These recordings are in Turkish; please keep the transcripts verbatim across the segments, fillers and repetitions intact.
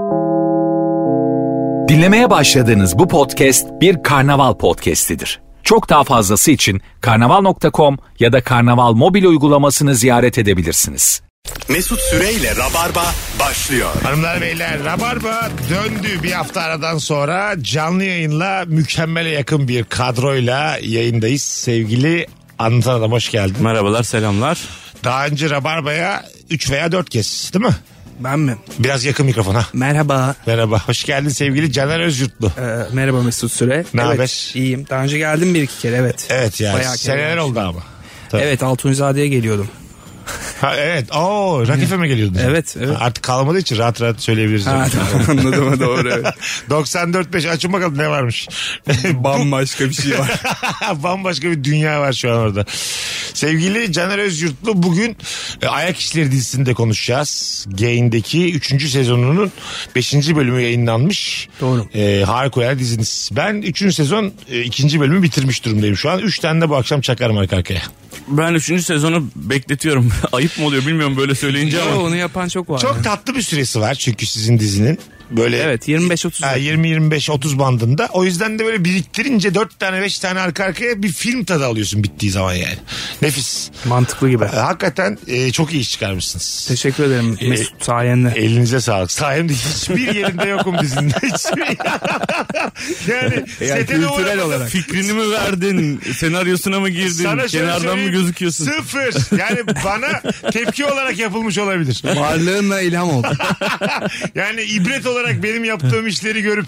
Dinlemeye başladığınız bu podcast bir karnaval podcastidir. Çok daha fazlası için karnaval nokta com ya da karnaval mobil uygulamasını ziyaret edebilirsiniz. Mesut Süreyle Rabarba başlıyor. Hanımlar beyler, Rabarba döndü bir hafta aradan sonra canlı yayınla mükemmele yakın bir kadroyla yayındayız. Sevgili Anlatan Adam, hoş geldin. Merhabalar, selamlar. Daha önce Rabarba'ya üç veya dört kez değil mi? Ben mi? Biraz yakın mikrofona. Merhaba. Merhaba, hoş geldin sevgili Caner Özyurtlu. Ee, merhaba Mesut Süre. Ne evet, haber? İyiyim. Daha önce geldim bir iki kere, evet. Evet yani Bayağı seneler kere oldu ama. Tabii. Evet, Altunzade'ye geliyordum. Ha, evet. Oo, Rock F M'e geliyordun. Evet, evet. Ha, artık kalmadığı için rahat rahat söyleyebiliriz. Ha, tamam, anladım, doğru. Evet. doksan dört beş açın bakalım ne varmış. Bambaşka bir şey var. Bambaşka bir dünya var şu an orada. Sevgili Caner Özyurtlu, bugün e, Ayak İşleri dizisinde konuşacağız. Gain'deki üçüncü sezonunun beşinci bölümü yayınlanmış. Doğru. E, harikulade diziniz. Ben üçüncü sezon e, ikinci bölümü bitirmiş durumdayım şu an. üç tane de bu akşam çakarım arka arkaya. Ben üçüncü sezonu bekletiyorum. Ayıp mı oluyor bilmiyorum böyle söyleyince ama. Yo, onu yapan çok var. Çok yani. tatlı bir süresi var çünkü sizin dizinin. Böyle Evet, yirmi beş otuz. yirmi yirmi beş otuz bandında. O yüzden de böyle biriktirince dört tane beş tane arka arkaya bir film tadı alıyorsun bittiği zaman yani. Nefis. Mantıklı gibi. Hakikaten e, çok iyi iş çıkarmışsınız. Teşekkür ederim Mesut, sayende. Elinize sağlık. Sayemde hiçbir yerinde yokum dizinin. Hiçbir... yani Yani sete de kültürel uğramadım. olarak. Fikrini mi verdin? Senaryosuna mı girdin? Sana şöyle Kenardan mı söyleyeyim, gözüküyorsun? Sıfır. Yani bana tepki olarak yapılmış olabilir. Varlığınla ilham oldu. Yani ibret olarak benim yaptığım işleri görüp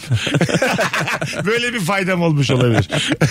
böyle bir faydam olmuş olabilir.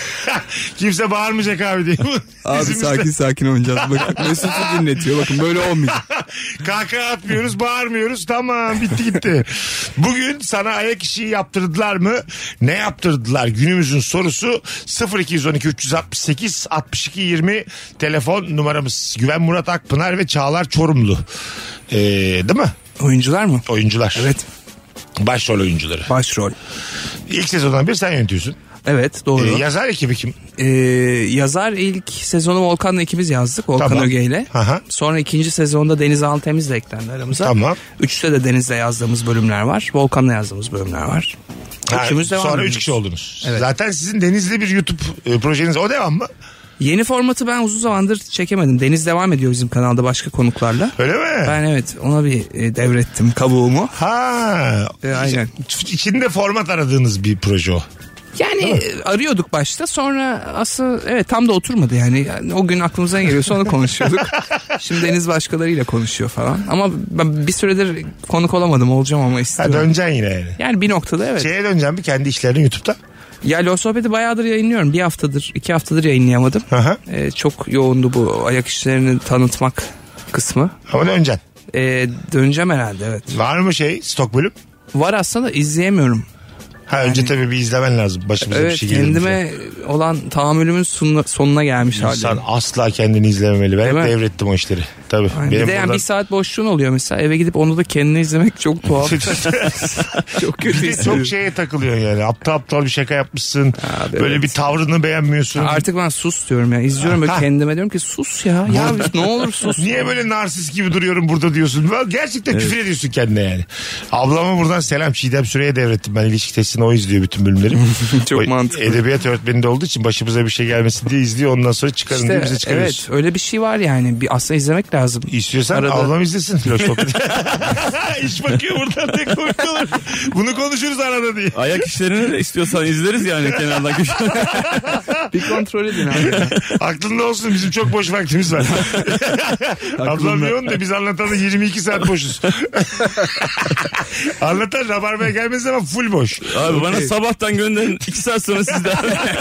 Kimse bağırmayacak abi değil mi? Abi Dizimizde. sakin sakin oynayacağız. Bakın Mesut'u dinletiyor. Bakın böyle olmayacak. Kahkaha atmıyoruz, bağırmıyoruz. Tamam, bitti gitti. Bugün sana ayak işi yaptırdılar mı? Ne yaptırdılar? Günümüzün sorusu sıfır iki on iki üç altı sekiz altmış iki yirmi telefon numaramız. Güven Murat Akpınar ve Çağlar Çorumlu. Ee, değil mi? Oyuncular mı? Oyuncular. Evet. Başrol oyuncuları. Başrol. İlk sezondan beri sen yönetiyorsun. Evet, doğru. Ee, yazar ekibi kim? Ee, yazar ilk sezonu Volkan'la ikimiz yazdık. Volkan Tamam. Öge'yle. Aha. Sonra ikinci sezonda Deniz Altemiz'le eklendi aramıza. Tamam. Üçte de Deniz'le yazdığımız bölümler var. Volkan'la yazdığımız bölümler var. Ha, Üçümüz devam sonra ediyoruz. üç kişi oldunuz. Evet. Zaten sizin Denizli bir YouTube e, projeniz, o devam mı? Yeni formatı ben uzun zamandır çekemedim. Deniz devam ediyor bizim kanalda başka konuklarla. Öyle mi? Ben evet ona bir e, devrettim kabuğumu. Ha. E, aynen. İç- İçinde format aradığınız bir proje o. Yani e, arıyorduk başta, sonra aslında evet tam da oturmadı yani. Yani o gün aklımıza ne geliyorsa onu konuşuyorduk. Şimdi Deniz başkalarıyla konuşuyor falan. Ama ben bir süredir konuk olamadım, olacağım ama Ha, istiyorum. döneceksin yine yani. Yani bir noktada evet. Şeye döneceğim bir, kendi işlerini YouTube'da. Ya LoL Sohbet'i bayağıdır yayınlıyorum. Bir haftadır, iki haftadır yayınlayamadım. Aha. Ee, çok yoğundu bu ayak işlerini tanıtmak kısmı. Ama döneceksin. Ee, döneceğim herhalde, evet. Var mı şey, stok bölüm? Var aslında, izleyemiyorum. Ha, önce tabii bir izlemen lazım. Başımıza bir Evet, şey gelir. kendime olan tahammülümün sonuna, sonuna gelmiş halde. İnsan asla kendini izlememeli. Ben hep Değil mi? devrettim o işleri. Tabii. Yani bir de yani bir saat boşluğun oluyor mesela, eve gidip onu da kendini izlemek çok tuhaf. Çok kötü Bir de hissediyorum. çok şeye takılıyorsun yani. Aptal aptal bir şaka yapmışsın. Abi, böyle evet. bir tavrını beğenmiyorsun. Artık ben sus diyorum ya. İzliyorum böyle Ha. kendime, diyorum ki sus ya. Ya biz ne olur sus. Niye böyle narsist gibi duruyorum burada diyorsun. Gerçekten küfür ediyorsun kendine yani. Ablama buradan selam. Çiğdem Süre'ye devrettim. Ben ilişki testini o izliyor bütün bölümleri. Çok O mantıklı. Edebiyat öğretmeninde olduğu için başımıza bir şey gelmesin diye izliyor. Ondan sonra çıkarın diye bize İşte, çıkarıyorsun. evet, öyle bir şey var yani. Bir aslında izlemek lazım. İstiyorsan Arada- ablam izlesin. Loş sohbet. İş bakıyor buradan, ne komik olur. Bunu konuşuruz arada diye. Ayak işlerini de istiyorsan izleriz yani kenardan köşeden. Bir kontrol edin abi. Aklında olsun, bizim çok boş vaktimiz var. Ablam yoğun da biz anlatanı yirmi iki saat boşuz. Anlatan Rabarba'ya gelmez ama full boş. Abi bana sabahtan gönderin, iki saat sonra sizden.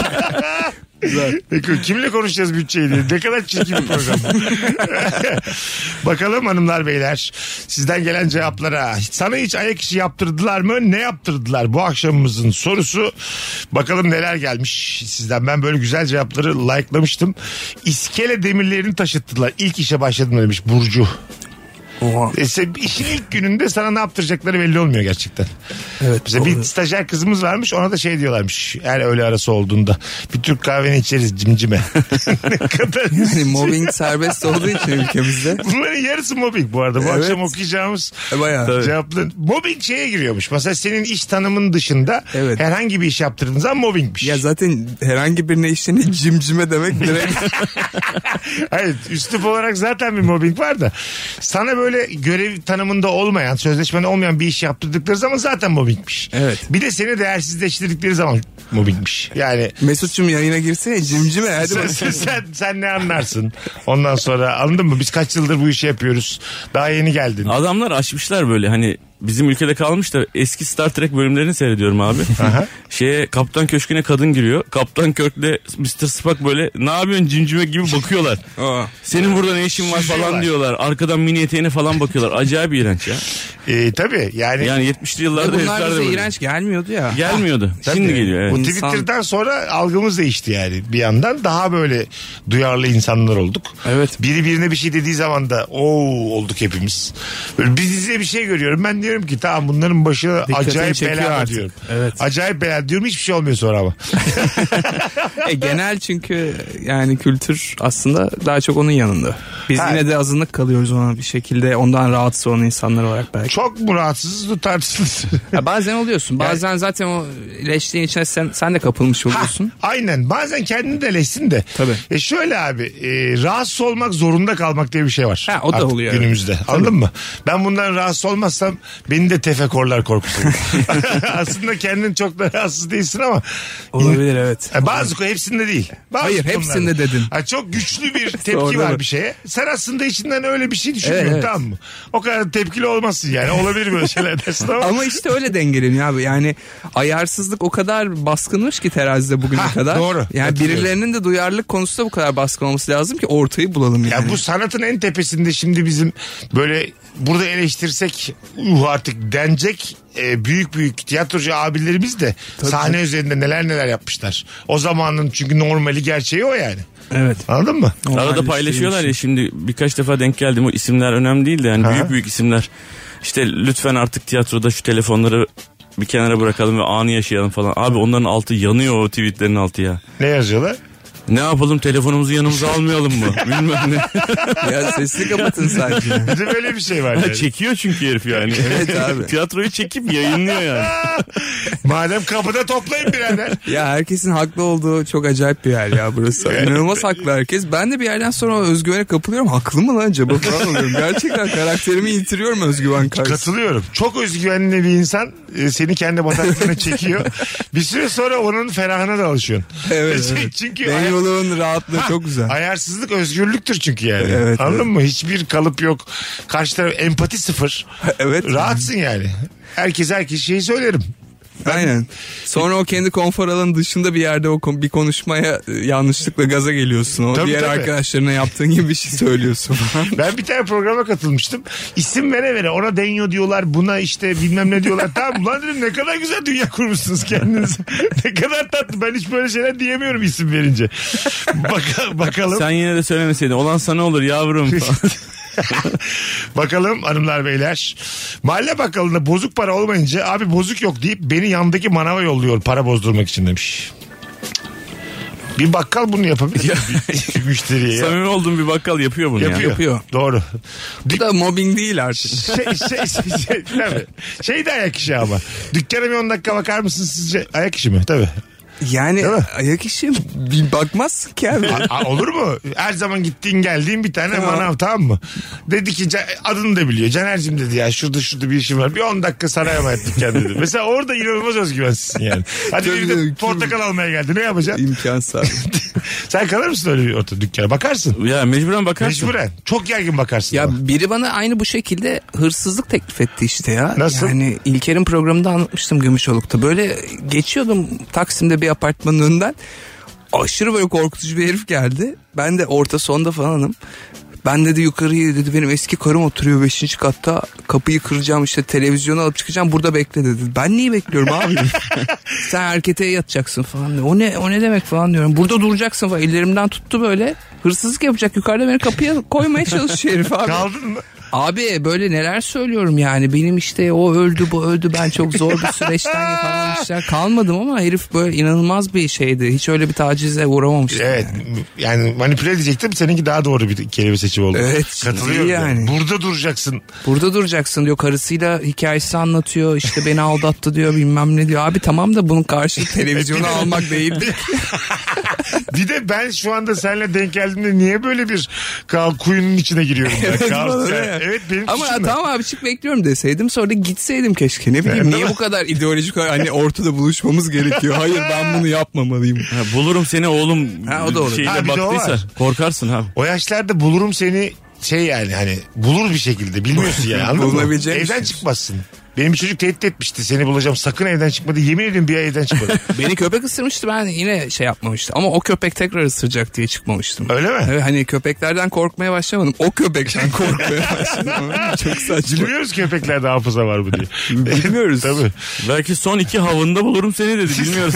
Peki, kimle konuşacağız bütçeyi diye? Ne kadar çirkin bir program. Bakalım hanımlar beyler, sizden gelen cevaplara. Sana hiç ayak işi yaptırdılar mı? Ne yaptırdılar? Bu akşamımızın sorusu. Bakalım neler gelmiş sizden. Ben böyle güzel cevapları like'lamıştım. İskele demirlerini taşıttılar. İlk işe başladım demiş Burcu. Oha. E, sen işin ilk gününde sana ne yaptıracakları belli olmuyor gerçekten. Evet. Mesela bir stajyer kızımız varmış, ona da şey diyorlarmış her öğle arası olduğunda. Bir Türk kahveni içeriz cimcime. Ne kadar... Yani mobbing serbest olduğu için ülkemizde. Bunların yarısı mobbing bu arada. Bu Evet. akşam okuyacağımız E, bayağı. cevapların. Mobbing şeye giriyormuş. Mesela senin iş tanımın dışında Evet. herhangi bir iş yaptırdığın zaman mobbingmiş. Ya zaten herhangi birine işlerini cimcime demek direkt. Hayır, üslup olarak zaten bir mobbing var da sana böyle görev tanımında olmayan, sözleşmede olmayan bir iş yaptırdıkları zaman zaten mobbingmiş. Evet. Bir de seni değersizleştirdikleri zaman mobbingmiş. Yani Mesut'cum yayına girsene cimcime hadi sen, bakalım. sen, sen ne anlarsın? Ondan sonra anladın mı? Biz kaç yıldır bu işi yapıyoruz. Daha yeni geldin. Adamlar açmışlar böyle hani bizim ülkede kalmış da eski Star Trek bölümlerini seyrediyorum abi. Şeye Kaptan Köşkü'ne kadın giriyor. Kaptan Kirk'le mister Spock böyle ne yapıyorsun cimcime gibi bakıyorlar. Aa. Senin burada ne işin var Süzüyorlar. falan diyorlar. Arkadan mini eteğine falan bakıyorlar. Acayip iğrenç ya. Ee, tabii yani. Yani yetmişli yıllarda Bunlar herifler de bize böyle. iğrenç gelmiyordu ya. Gelmiyordu. Tabii. Şimdi geliyor evet. Bu İnsan- Twitter'dan sonra algımız değişti yani bir yandan. Daha böyle duyarlı insanlar olduk. Evet. Biri birine bir şey dediği zaman da ooo olduk hepimiz. Böyle bir diziye bir şey görüyorum. Ben diyorum ki tamam bunların başına Dikkatini acayip çekiyor bela artık. diyorum. Evet. Acayip bela diyorum, hiçbir şey olmuyor sonra ama. E, genel çünkü yani kültür aslında daha çok onun yanında. Biz Ha. yine de azınlık kalıyoruz ona bir şekilde. Ondan rahatsız olan insanlar olarak belki. Çok mu rahatsızız, bu tartışılır. Ya bazen oluyorsun. Bazen zaten o leşliğin içine sen, sen de kapılmış Ha, oluyorsun. aynen, bazen kendini de leşsin de. Tabii. E şöyle abi, e, rahatsız olmak zorunda kalmak diye bir şey var. Ha, o da Artık oluyor, günümüzde. Anladın mı? Ben bundan rahatsız olmazsam beni de tefekorlar korkusu. Aslında kendin çok da rahatsız değilsin ama. Olabilir evet. E, bazı hepsinde değil. Bazı Hayır, konularda. hepsinde dedin. Ha, çok güçlü bir tepki Orada var mı? bir şeye. Sen aslında içinden öyle bir şey düşünmüyorsun, Evet, evet. tamam mı? O kadar tepkili olmazsın yani. Olabilir böyle şeyler dersin ama. Ama işte öyle dengeleniyor abi. Yani ayarsızlık o kadar baskınmış ki terazide bugüne Ha, kadar. doğru. Yani Katılıyorum. birilerinin de duyarlılık konusunda bu kadar baskın olması lazım ki ortayı bulalım yani. Ya bu sanatın en tepesinde şimdi bizim böyle burada eleştirsek uh, artık denecek e, büyük büyük tiyatrocu abilerimiz de sahne üzerinde neler neler yapmışlar. O zamanın çünkü normali, gerçeği o yani. Evet. Anladın mı? Arada paylaşıyorlar ya, şimdi birkaç defa denk geldim, o isimler önemli değil de yani Ha. büyük büyük isimler. İşte lütfen artık tiyatroda şu telefonları bir kenara bırakalım ve anı yaşayalım falan. Abi onların altı yanıyor, o tweetlerin altı ya. Ne yazıyorlar? Ne yapalım, telefonumuzu yanımıza almayalım mı? Bilmem ne. Ya sesini kapatın sadece. Bir de böyle bir şey var yani. Çekiyor çünkü herif yani. Evet abi. Tiyatroyu çekip yayınlıyor yani. Madem kapıda toplayın birader. Ya herkesin haklı olduğu çok acayip bir yer ya burası. İnanılmaz haklı herkes. Ben de bir yerden sonra o özgüvene kapılıyorum. Haklı mı lan acaba falan oluyorum. Gerçekten karakterimi yitiriyorum özgüven karşısında. Katılıyorum. Çok özgüvenli bir insan e, seni kendi bataklığına çekiyor. Bir süre sonra onun ferahına da alışıyorsun. Evet, evet. Çünkü Ben ay- yolun rahatlığı Ha, çok güzel. ayarsızlık özgürlüktür çünkü yani. Evet, Anladın evet. mı? Hiçbir kalıp yok. Karşı taraf empati sıfır. Evet. Rahatsın yani. Herkes herkes şeyi söylerim. Aynen. Sonra o kendi konfor alanı dışında bir yerde o kon- bir konuşmaya e, yanlışlıkla gaza geliyorsun. O Tabii, diğer tabii. arkadaşlarına yaptığın gibi bir şey söylüyorsun falan. Ben bir tane programa katılmıştım. İsim vere vere ona deniyor diyorlar, buna işte bilmem ne diyorlar. Tamam ulan dedim, ne kadar güzel dünya kurmuşsunuz kendiniz. Ne kadar tatlı. Ben hiç böyle şeyler diyemiyorum isim verince. Baka- bakalım. Sen yine de söylemeseydin. Olan sana olur yavrum falan. Bakalım hanımlar beyler. Mahalle bakkalında bozuk para olmayınca abi bozuk yok deyip beni yandaki manava yolluyor para bozdurmak için demiş. Bir bakkal bunu yapabilir mi? Müşteriye ya. Samimi olduğum bir bakkal yapıyor bunu Yapıyor. ya. Yapıyor. Doğru. Bu da mobbing değil artık. Şey, şey, şey, şey, tabii. Şey de ayak işi ama. Dükkana bir on dakika bakar mısın sizce? Ayak işi mi? Tabii. Yani Değil mi? ayak işi bir bakmazsın ki abi. A- a- olur mu? Her zaman gittiğin geldiğin bir tane Tamam. manav, tamam mı? Dedi ki Can- adını da biliyor. Caner'cim dedi ya şurada şurada bir işim var. Bir on dakika sana emanet dükkan dedi. Mesela orada inanılmaz özgüvensizsin yani. Hadi Tabii, bir de tabii. portakal almaya geldi. Ne yapacaksın? İmkansız. Sen kalır mısın öyle bir orta dükkana? Bakarsın. Ya mecburen bakarsın. Mecburen. Çok gergin bakarsın. ama. Ya biri bana aynı bu şekilde hırsızlık teklif etti işte ya. Nasıl? Yani İlker'in programında anlatmıştım Gümüşoluk'ta. Böyle geçiyordum Taksim'de bir apartmanın önünden. Aşırı böyle korkutucu bir herif geldi. Ben de orta sonda falanım. Ben dedi yukarıyı dedi benim eski karım oturuyor beşinci katta, kapıyı kıracağım işte televizyonu alıp çıkacağım burada bekle dedi. Ben niye bekliyorum abi? Sen erkete yatacaksın falan diyor. O ne o ne demek falan diyorum. Burada duracaksın falan. Ellerimden tuttu böyle. Hırsızlık yapacak yukarıda beni kapıya koymaya çalışıyor herif abi. Kaldın mı? Abi böyle neler söylüyorum yani. Benim işte o öldü bu öldü, ben çok zor bir süreçten yakalanmışlar. Kalmadım ama herif böyle inanılmaz bir şeydi. Hiç öyle bir tacize uğramamıştı. Evet yani. yani manipüle edecektim, seninki daha doğru bir kelime seçimi oldu. Evet. Katılıyorum yani. Burada duracaksın. Burada duracaksın diyor, karısıyla hikayesi anlatıyor, işte beni aldattı diyor, bilmem ne diyor. Abi tamam da bunun karşı televizyonu almak değildi. Bir de ben şu anda seninle denk geldiğimde niye böyle bir kal kuyunun içine giriyorum ben? Evet, Kaos bana yani. öyle. Evet benim ama suçum da. tamam abi çık bekliyorum deseydim, sonra da gitseydim keşke, ne bileyim. Evet, niye bu kadar ideolojik hani ortada buluşmamız gerekiyor? Hayır ben bunu yapmamalıyım. Ha, bulurum seni oğlum Ha, o da olur. şeyle Ha, bir de o baktıysa var. korkarsın abi. O yaşlarda bulurum seni şey yani hani bulur bir şekilde, bilmiyorsun yani, anladın mı? Bulunabileceğim Evden şey. çıkmazsın. Benim bir çocuk tehdit etmişti, seni bulacağım sakın evden çıkma diye, yemin ediyorum bir ay evden çıkmadım. Beni köpek ısırmıştı, ben yine şey yapmamıştım. Ama o köpek tekrar ısıracak diye çıkmamıştım. Öyle mi? Evet, hani köpeklerden korkmaya başlamadım. O köpekten korkmaya başladım. Çok saçma. Bilmiyoruz köpeklerde hafıza var mı diye. Bilmiyoruz. Tabii. Belki son iki havında bulurum seni dedi, bilmiyoruz.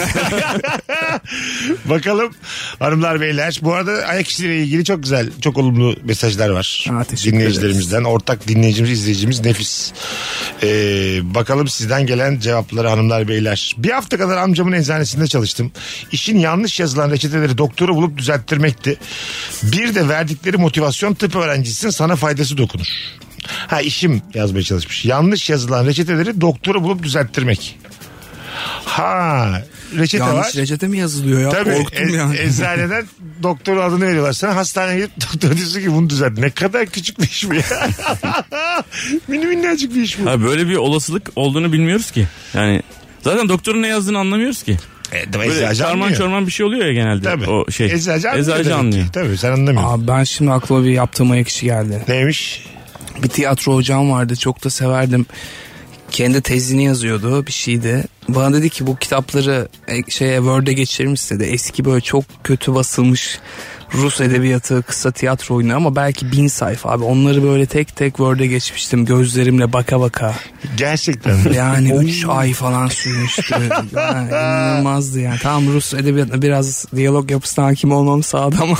Bakalım hanımlar beyler. Bu arada ayak işleriyle ilgili çok güzel, çok olumlu mesajlar var. Ha, teşekkür dinleyicilerimizden. Ortak dinleyicimiz, izleyicimiz nefis. Ee, bakalım sizden gelen cevapları hanımlar beyler. Bir hafta kadar amcamın eczanesinde çalıştım. İşin yanlış yazılan reçeteleri doktora bulup düzelttirmekti. Bir de verdikleri motivasyon, tıp öğrencisin sana faydası dokunur. Ha, işim yazmaya çalışmış. Yanlış yazılan reçeteleri doktora bulup düzelttirmek. Ha, reçete Yanlış var. reçete mi yazılıyor ya? Tabii, Korktum e- yani. eczaneden doktorun adını veriyorlar sana. Hastaneye gidip doktor diyorsun ki bunu düzelt. Ne kadar küçük bir iş bu ya. Mini minnacık bir iş bu. Ha, böyle bir olasılık olduğunu bilmiyoruz ki. Yani zaten doktorun ne yazdığını anlamıyoruz ki. E, Böyle eczacı çarman anlıyor. çorman bir şey oluyor ya genelde. Tabii. O şey. Eczacı anlıyor. Eczacı demek anlıyor. ki. Tabii sen anlamıyorsun. Abi ben şimdi aklıma bir yaptığım ayak işi geldi. Neymiş? Bir tiyatro hocam vardı, çok da severdim. Kendi tezini yazıyordu, bir şeydi. Bana dedi ki bu kitapları şeye Word'e geçirir misin dedi. Eski böyle çok kötü basılmış Rus edebiyatı, kısa tiyatro oyunu ama belki bin sayfa abi. Onları böyle tek tek Word'e geçmiştim gözlerimle baka baka. Gerçekten. Yani üç ay falan sürmüştü. Yani inanılmazdı yani. Tamam, Rus edebiyatına biraz diyalog yapısına hakim olmam sağladı ama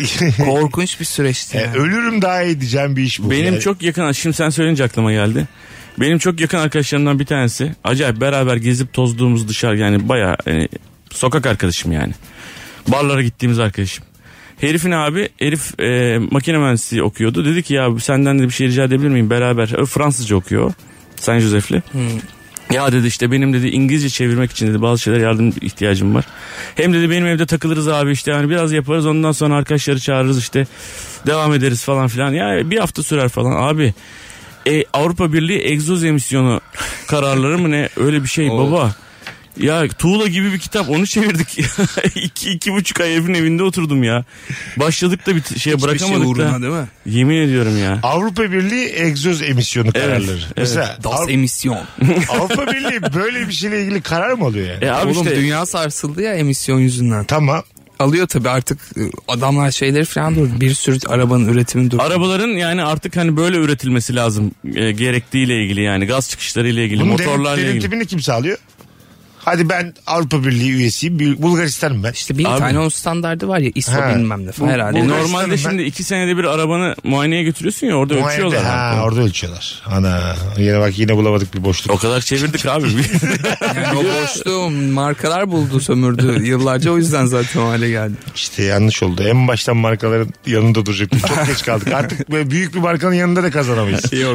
korkunç bir süreçti yani. E, ölürüm daha iyi diyeceğim bir iş bu. Benim yani. çok yakın, şimdi sen söyleyince aklıma geldi. Benim çok yakın arkadaşlarımdan bir tanesi. Acayip beraber gezip tozduğumuz, dışarı yani bayağı yani, sokak arkadaşım yani. Barlara gittiğimiz arkadaşım. Herifin abi, herif e, makine mühendisliği okuyordu. Dedi ki ya senden de bir şey rica edebilir miyim beraber? O Fransızca okuyor. Saint Joseph'li. Hmm. Ya dedi işte benim dedi İngilizce çevirmek için dedi bazı şeyler yardım ihtiyacım var. Hem dedi benim evde takılırız abi işte yani biraz yaparız, ondan sonra arkadaşları çağırırız işte devam ederiz falan filan. Ya bir hafta sürer falan abi. E, Avrupa Birliği egzoz emisyonu kararları mı ne öyle bir şey baba. Ya tuğla gibi bir kitap, onu çevirdik. iki, iki buçuk ay evin evinde oturdum ya. Başladık da bir t- şeye bırakamadık şey da. Değil mi? Yemin ediyorum ya. Avrupa Birliği egzoz emisyonu kararları. evet. Mesela Das Av- emisyon. Avrupa Birliği böyle bir şeyle ilgili karar mı alıyor yani? E abi Oğlum işte dünya sarsıldı ya emisyon yüzünden. Tamam. Alıyor tabii artık, adamlar şeyleri falan durdu. Bir sürü arabanın üretimi durdu. arabaların yani artık hani böyle üretilmesi lazım e, gerektiğiyle ilgili yani gaz çıkışları ile ilgili, Bunun motorlarla denet- ilgili. denetimini kim sağlıyor? Hadi ben Avrupa Birliği üyesiyim. Bul- Bulgaristan'ım ben. İşte bir Abi. tane onun standardı var ya, I S O Ha. bilmem ne falan Bu- herhalde. bu- E, Bulgaristan'ım normalde ben. şimdi iki senede bir arabanı muayeneye götürüyorsun ya, orada Muayene- ölçüyorlar. Ha, abi. orada ölçüyorlar. Ana yine bak yine bulamadık bir boşluk. O kadar çevirdik abi. Yani o boşluğu markalar buldu, sömürdü yıllarca, o yüzden zaten o hale geldi. İşte yanlış oldu. En baştan markaların yanında duracaktık. Çok geç kaldık. Artık böyle büyük bir markanın yanında da kazanamayız. Yok.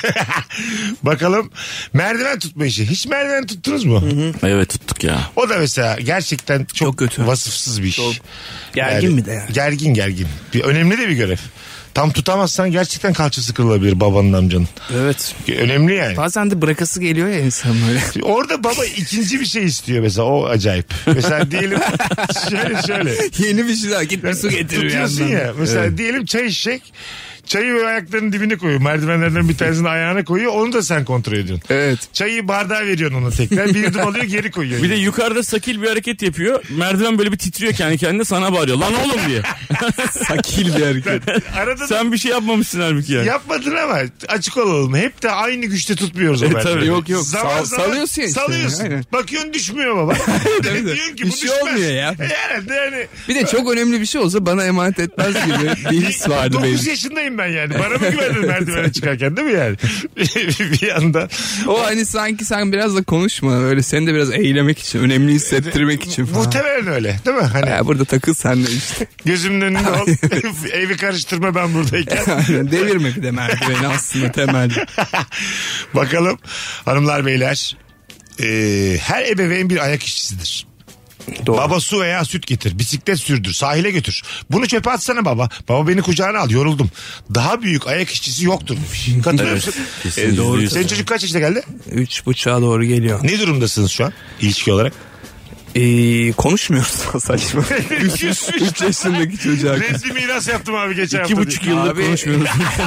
Bakalım merdiven tutma işi. Hiç merdiven tuttunuz mu? Evet tuttuk ya. O da mesela gerçekten çok, Çok kötü. vasıfsız bir iş. Çok gergin bir de yani. Gergin gergin. Bir, önemli de bir görev. Tam tutamazsan gerçekten kalçası kırılabilir babanın, amcanın. Evet. Önemli yani. Bazen de bırakası geliyor ya insan böyle. Orada baba ikinci bir şey istiyor mesela, o acayip. Mesela diyelim şöyle şöyle. Yeni bir şey daha, git bir su getir. Tutuyorsun ya. Mesela evet. Diyelim çay içecek. Çayı böyle ayaklarının dibine koyuyor. Merdivenlerden bir tanesini ayağına koyuyor. Onu da sen kontrol ediyorsun. Evet. Çayı bardağa veriyorsun ona tekrar. Bir yudum alıyor, geri koyuyor. Bir de yukarıda sakil bir hareket yapıyor. Merdiven böyle bir titriyor kendi kendine, sana bağırıyor. Lan oğlum diye. Sakil bir hareket. Arada Sen bir şey yapmamışsın halbuki yani. yapmadın ama açık olalım. Hep de aynı güçte tutmuyoruz o E, merdiveni. tabii. Yok, yok. Zaman Sal- zaman salıyorsun ya işte. Salıyorsun. Aynen. Bakıyorsun düşmüyor baba. Diyorsun ki Bir bu şey düşmez. olmuyor ya. E, herhalde yani. Bir de çok önemli bir şey olsa bana emanet etmez gibi bir his vardı benim. dokuz yaşındayım ben yani. Bana mı güvendin merdivene çıkarken değil mi yani? Bir yandan. O hani sanki sen biraz da konuşma. Öyle seni de biraz eğlemek için, önemli hissettirmek için falan. Muhtemelen öyle değil mi? Hani Ya burada takıl sen de işte. gözümün önünde ol. Evi karıştırma ben buradayken. Devirme bir de merdiveni aslında temel. Bakalım hanımlar beyler. Ee, her ebeveyn bir ayak işçisidir. Doğru. Baba su veya süt getir, bisiklet sürdür, sahile götür. Bunu çöpe atsana baba. Baba beni kucağına al, yoruldum. Daha büyük ayak işçisi yoktur demiş. Katılıyor musun? Kesin, doğru. Senin çocuk kaç yaşına geldi? Üç buçuğa doğru geliyor. Ne durumdasınız şu an ilişki olarak? Ee, konuşmuyoruz saçma. üç yaşındaki çocuğa. Resmi miras yaptım abi geçen İki hafta. buçuk yıldır Abi- konuşmuyoruz.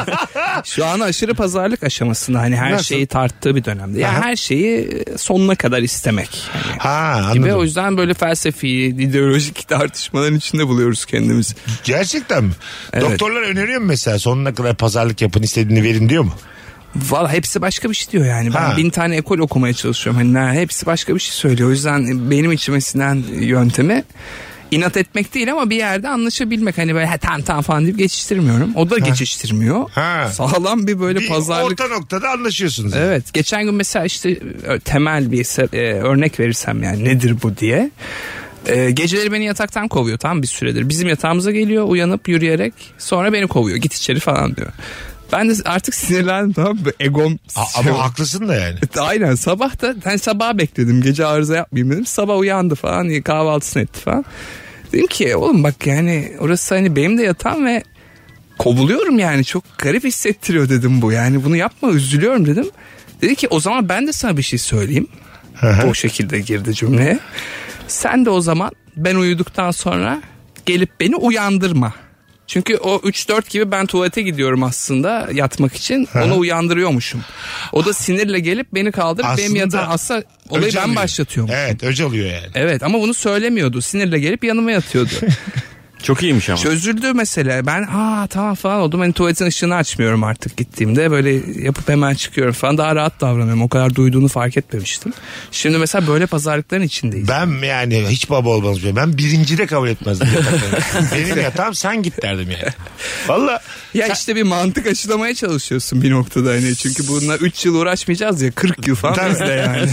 Şu an aşırı pazarlık aşamasında hani her Nasıl? şeyi tarttığı bir dönemde. Yani Aha. her şeyi sonuna kadar istemek. Yani. Ha Gibi, anladım. o yüzden böyle felsefi, ideolojik tartışmaların içinde buluyoruz kendimizi. Gerçekten mi? Evet. Doktorlar öneriyor mu mesela sonuna kadar pazarlık yapın istediğini verin diyor mu? Valla hepsi başka bir şey diyor yani. Ben Ha. bin tane ekol okumaya çalışıyorum. Hani ne- hepsi başka bir şey söylüyor. O yüzden benim içime sinen yöntemi inat etmek değil ama bir yerde anlaşabilmek. Hani böyle tamam tamam falan deyip geçiştirmiyorum. O da geçiştirmiyor. Ha. Sağlam bir böyle Bir pazarlık. orta noktada anlaşıyorsunuz. Evet. Geçen gün mesela işte e, temel bir se- e, örnek verirsem yani nedir bu diye. E, geceleri beni yataktan kovuyor tam bir süredir. Bizim yatağımıza geliyor uyanıp yürüyerek sonra beni kovuyor. Git içeri falan diyor. Ben de artık sinirlendim tamam mı? Egom. A- ama haklısın da yani. Aynen sabah da hani sabah bekledim gece arıza yapmayayım dedim. Sabah uyandı falan kahvaltısını etti falan. Dedim ki oğlum bak yani orası hani benim de yatağım ve kovuluyorum yani çok garip hissettiriyor dedim bu. Yani bunu yapma üzülüyorum dedim. Dedi ki o zaman ben de sana bir şey söyleyeyim. O şekilde girdi cümleye. Sen de o zaman ben uyuduktan sonra gelip beni uyandırma. Çünkü o üç dört gibi ben tuvalete gidiyorum aslında yatmak için. Onu uyandırıyormuşum. O da sinirle gelip beni kaldırıp benim Aslında yatağa aslında olayı öc ben alıyor. başlatıyorum. Evet öc alıyor yani. Evet ama bunu söylemiyordu. Sinirle gelip yanıma yatıyordu. Çok iyiymiş ama. Çözüldü mesele. Ben aa tamam falan oldum. Hani tuvaletin ışığını açmıyorum artık gittiğimde. Böyle yapıp hemen çıkıyorum falan. Daha rahat davranıyorum. O kadar duyduğunu fark etmemiştim. Şimdi mesela böyle pazarlıkların içindeyiz. Ben yani hiç baba olmaz diyor. Ben birincide kabul etmezdim yataklarını. Benim yatağım sen git derdim yani. Valla. Ya işte bir mantık aşılamaya çalışıyorsun bir noktada hani. Çünkü bununla üç yıl uğraşmayacağız ya. kırk yıl falan Tabii. biz de yani.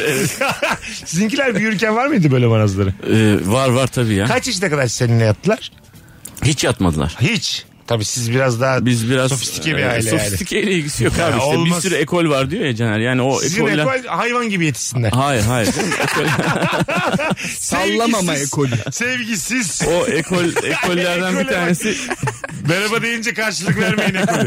Sizinkiler büyürken var mıydı böyle manazları? Ee, var var tabii ya. Kaç yaşına kadar seninle yattılar? Hiç yatmadılar. Hiç. Tabii siz biraz daha Biz biraz sofistike bir e, aile yani. Sofistikeyle ilgisi yok Ya abi. İşte bir olmaz. sürü ekol var diyor ya Caner. Yani o Sizin ekoller... ekol hayvan gibi yetişsinler. Hayır hayır. Ekol... Sallamama Sevgisiz, ekolü. Sevgisiz. o ekol ekollerden bir Ekole bak. tanesi Merhaba deyince karşılık vermeyin ekolü.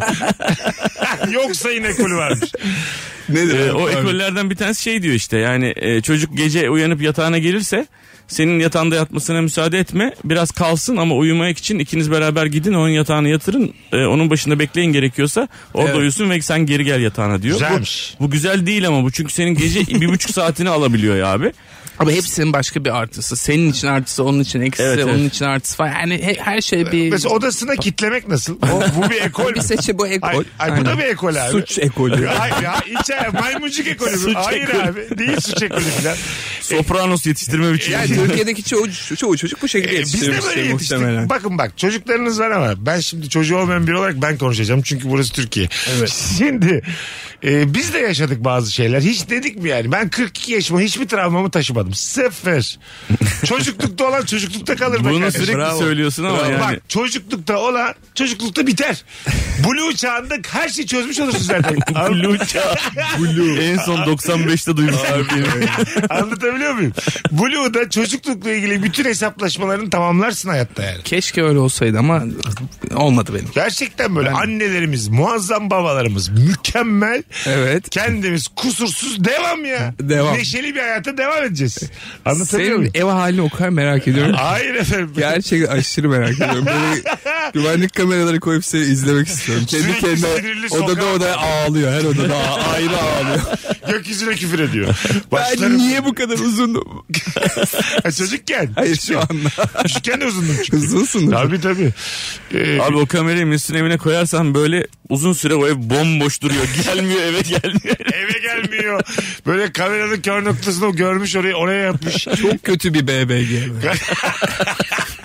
Yoksa yine ekolü varmış. Nedir? e, o ekollerden bir tanesi şey diyor işte yani e, çocuk gece uyanıp yatağına gelirse senin yatağında yatmasına müsaade etme. Biraz kalsın ama uyumak için ikiniz beraber gidin onun yatağına yatırın. E, onun başında bekleyin gerekiyorsa orada Evet. uyusun ve sen geri gel yatağına diyor. Güzelmiş. Bu, bu güzel değil ama bu çünkü senin gece bir buçuk saatini alabiliyor ya abi. Ama hepsinin başka bir artısı. Senin için artısı, onun için eksisi, Evet, evet. onun için artısı falan. Yani he- her şey bir... Mesela odasına kitlemek nasıl? O, bu bir ekol. bir seçi bu ekol. Ay, ay, bu da Aynen. bir ekol abi. Suç ekolü. Hayır ya içe maymuncuk ekolü. bu. Suç Hayır ekolü. abi değil suç ekolü falan. Sopranos yetiştirme biçimi. Yani Türkiye'deki çoğu, çoğu çocuk bu şekilde E, biz de yetiştirilmiş böyle şey yetiştik. muhtemelen. Bakın bak çocuklarınız var ama ben şimdi çocuğu olmayan biri olarak ben konuşacağım. Çünkü burası Türkiye. Evet. Şimdi e, biz de yaşadık bazı şeyler. Hiç dedik mi yani? Ben kırk iki yaşıma hiçbir travmamı taşımadım. Sıfır. Çocuklukta olan çocuklukta kalır. be Bunu kardeşim. sürekli Bravo. söylüyorsun ama Bravo. yani. Bak çocuklukta olan çocuklukta biter. Blue çağında her şeyi çözmüş olursun zaten. Blue çağ. Blue. En son doksan beşte duymuştum. Anlatabiliyor muyum? Blue'da çocuklukla ilgili bütün hesaplaşmalarını tamamlarsın hayatta yani. Keşke öyle olsaydı ama olmadı benim. Gerçekten böyle annelerimiz, muazzam babalarımız mükemmel. Evet. Kendimiz kusursuz devam ya. Devam. Neşeli bir hayata devam edeceğiz. Anlatabiliyor Senin muyum? ev halini o kadar merak ediyorum. Hayır efendim. Gerçekten aşırı merak ediyorum. Böyle güvenlik kameraları koyup seni izlemek istiyorum. Kendi Sürekli kendine sinirli odada sokağa- odaya ağlıyor. Her odada a- ayrı ağlıyor. Gökyüzüne küfür ediyor. Ben Başlarım. niye bu kadar uzundum? Ha, çocukken. Hayır şu anda. Çocukken de uzundum çünkü. Uzunsundur. Tabii tabii. Ee, Abi o kamerayı Mesut'un evine koyarsan böyle uzun süre o ev bomboş duruyor. Gelmiyor eve gelmiyor. eve gelmiyor. Böyle kameranın kör noktasını o görmüş oraya oraya yatmış. Çok kötü bir B B G.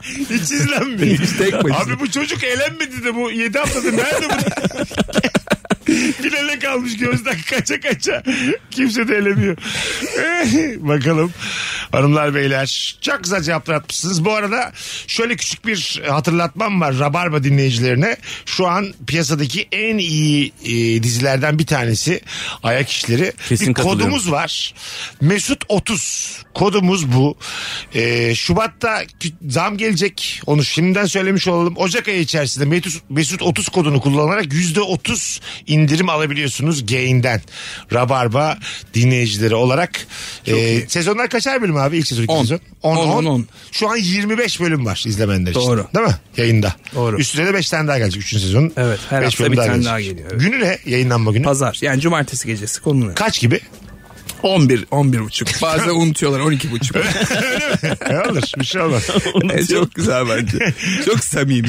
Hiç izlenmiyor. Hiç tek başına. Abi bu çocuk elenmedi de bu yedi haftadır nerede bu? Finale kalmış gözden kaça kaça. Kimse de elemiyor. Bakalım hanımlar beyler. Çok güzel cevaplar atmışsınız. Bu arada şöyle küçük bir hatırlatmam var Rabarba dinleyicilerine. Şu an piyasadaki en iyi e, dizilerden bir tanesi Ayak İşleri. Kesin bir katılıyorum. kodumuz var. Mesut otuz. Kodumuz bu. E, Şubat'ta zam gelecek. Onu şimdiden söylemiş olalım. Ocak ayı içerisinde Mesut, Mesut otuz kodunu kullanarak yüzde otuz indirim alabiliyorsunuz Gain'den. Rabarba dinleyicileri olarak. E, sezonlar kaçar bölüm abi? İlk sezon, ikinci on. sezon? on, on, on. on. Şu an yirmi beş bölüm var izlemenler Doğru. için. Değil mi? Yayında. Doğru. Üstüne de beş tane daha gelecek üçüncü sezon. Evet, her beş hafta bölüm bir tane gelecek. daha geliyor, evet. Günü ne? Yayınlanma günü? Pazar. Yani cumartesi gecesi konulu. Kaç gibi? on bir, on bir buçuk. Bazen unutuyorlar on iki buçuk. Öyle mi? E olur. Bir şey olmaz. E, çok güzel bence. Çok samimi.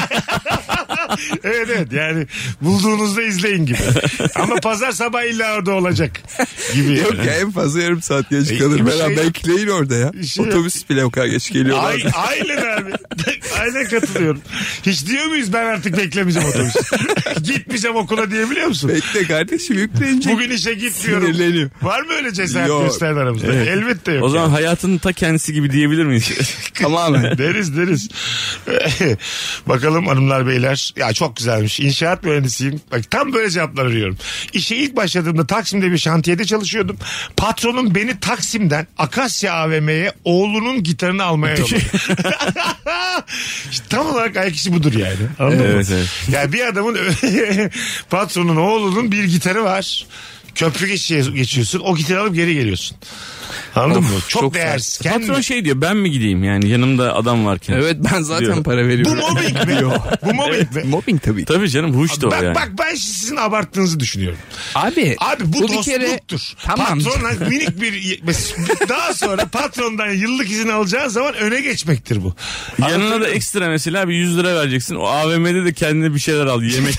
Evet evet yani bulduğunuzda izleyin gibi. Ama pazar sabah illa orada olacak gibi. Yok yani. ya en fazla yarım saat geç E, kalır. bir Ben şey- bekleyin orada ya. şey- Otobüs bile o kadar geç geliyor. Ay, bazen. aynen abi. Aynen katılıyorum. Hiç diyor muyuz ben artık beklemeyeceğim otobüs. Gitmeyeceğim okula diyebiliyor musun? Bekle kardeşim yükleyince. Bugün işe gitmiyorum. Sinirleniyor. Var mı öyle cesaret Yok. gösteren aramızda? Evet. Elbette yok. O zaman yani. hayatının ta kendisi gibi diyebilir miyiz? Tamamen. Deriz deriz. Bakalım hanımlar beyler. Ya çok güzelmiş. İnşaat mühendisiyim. Bak tam böyle cevaplar arıyorum. İşe ilk başladığımda Taksim'de bir şantiyede çalışıyordum. Patronum beni Taksim'den Akasya A V M'ye oğlunun gitarını almaya yolladı. İşte tam olarak ayak işi budur yani. Anladın mı? Evet, evet. Yani bir adamın patronun oğlunun bir gitarı var. Köprü geçiyor, geçiyorsun. O gitarı alıp geri geliyorsun. Anladın Of, mı? Çok, çok değersiz. Patron Kendi... şey diyor, ben mi gideyim yani yanımda adam varken. Evet ben zaten Diyor. para Bu veriyorum. mobbing mi? Bu mobbing mi? Mobbing tabii. Tabii canım, huş da o Bak yani. bak ben sizin abarttığınızı düşünüyorum. Abi, Abi bu, bu bir dostluktur. kere- Tamam. Patronla minik bir daha sonra patrondan yıllık izin alacağın zaman öne geçmektir bu. Yanına da Anlatabiliyor ekstra mesela bir yüz lira vereceksin. O A V M'de de kendine bir şeyler al, yemek.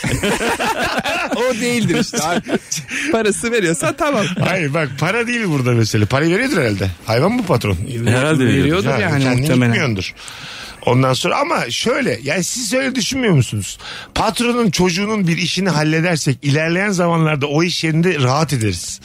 o değildir işte. Abi. Parası veriyorsa tamam. muyum? Hayır bak para değil burada mesele. Parayı veriyordur herhalde. Hayvan mı patron? Herhalde veriyordur Ha, yani kendin muhtemelen. gitmiyordur. Ondan sonra ama şöyle yani siz öyle düşünmüyor musunuz? Patronun çocuğunun bir işini halledersek ilerleyen zamanlarda o iş yerinde rahat ederiz.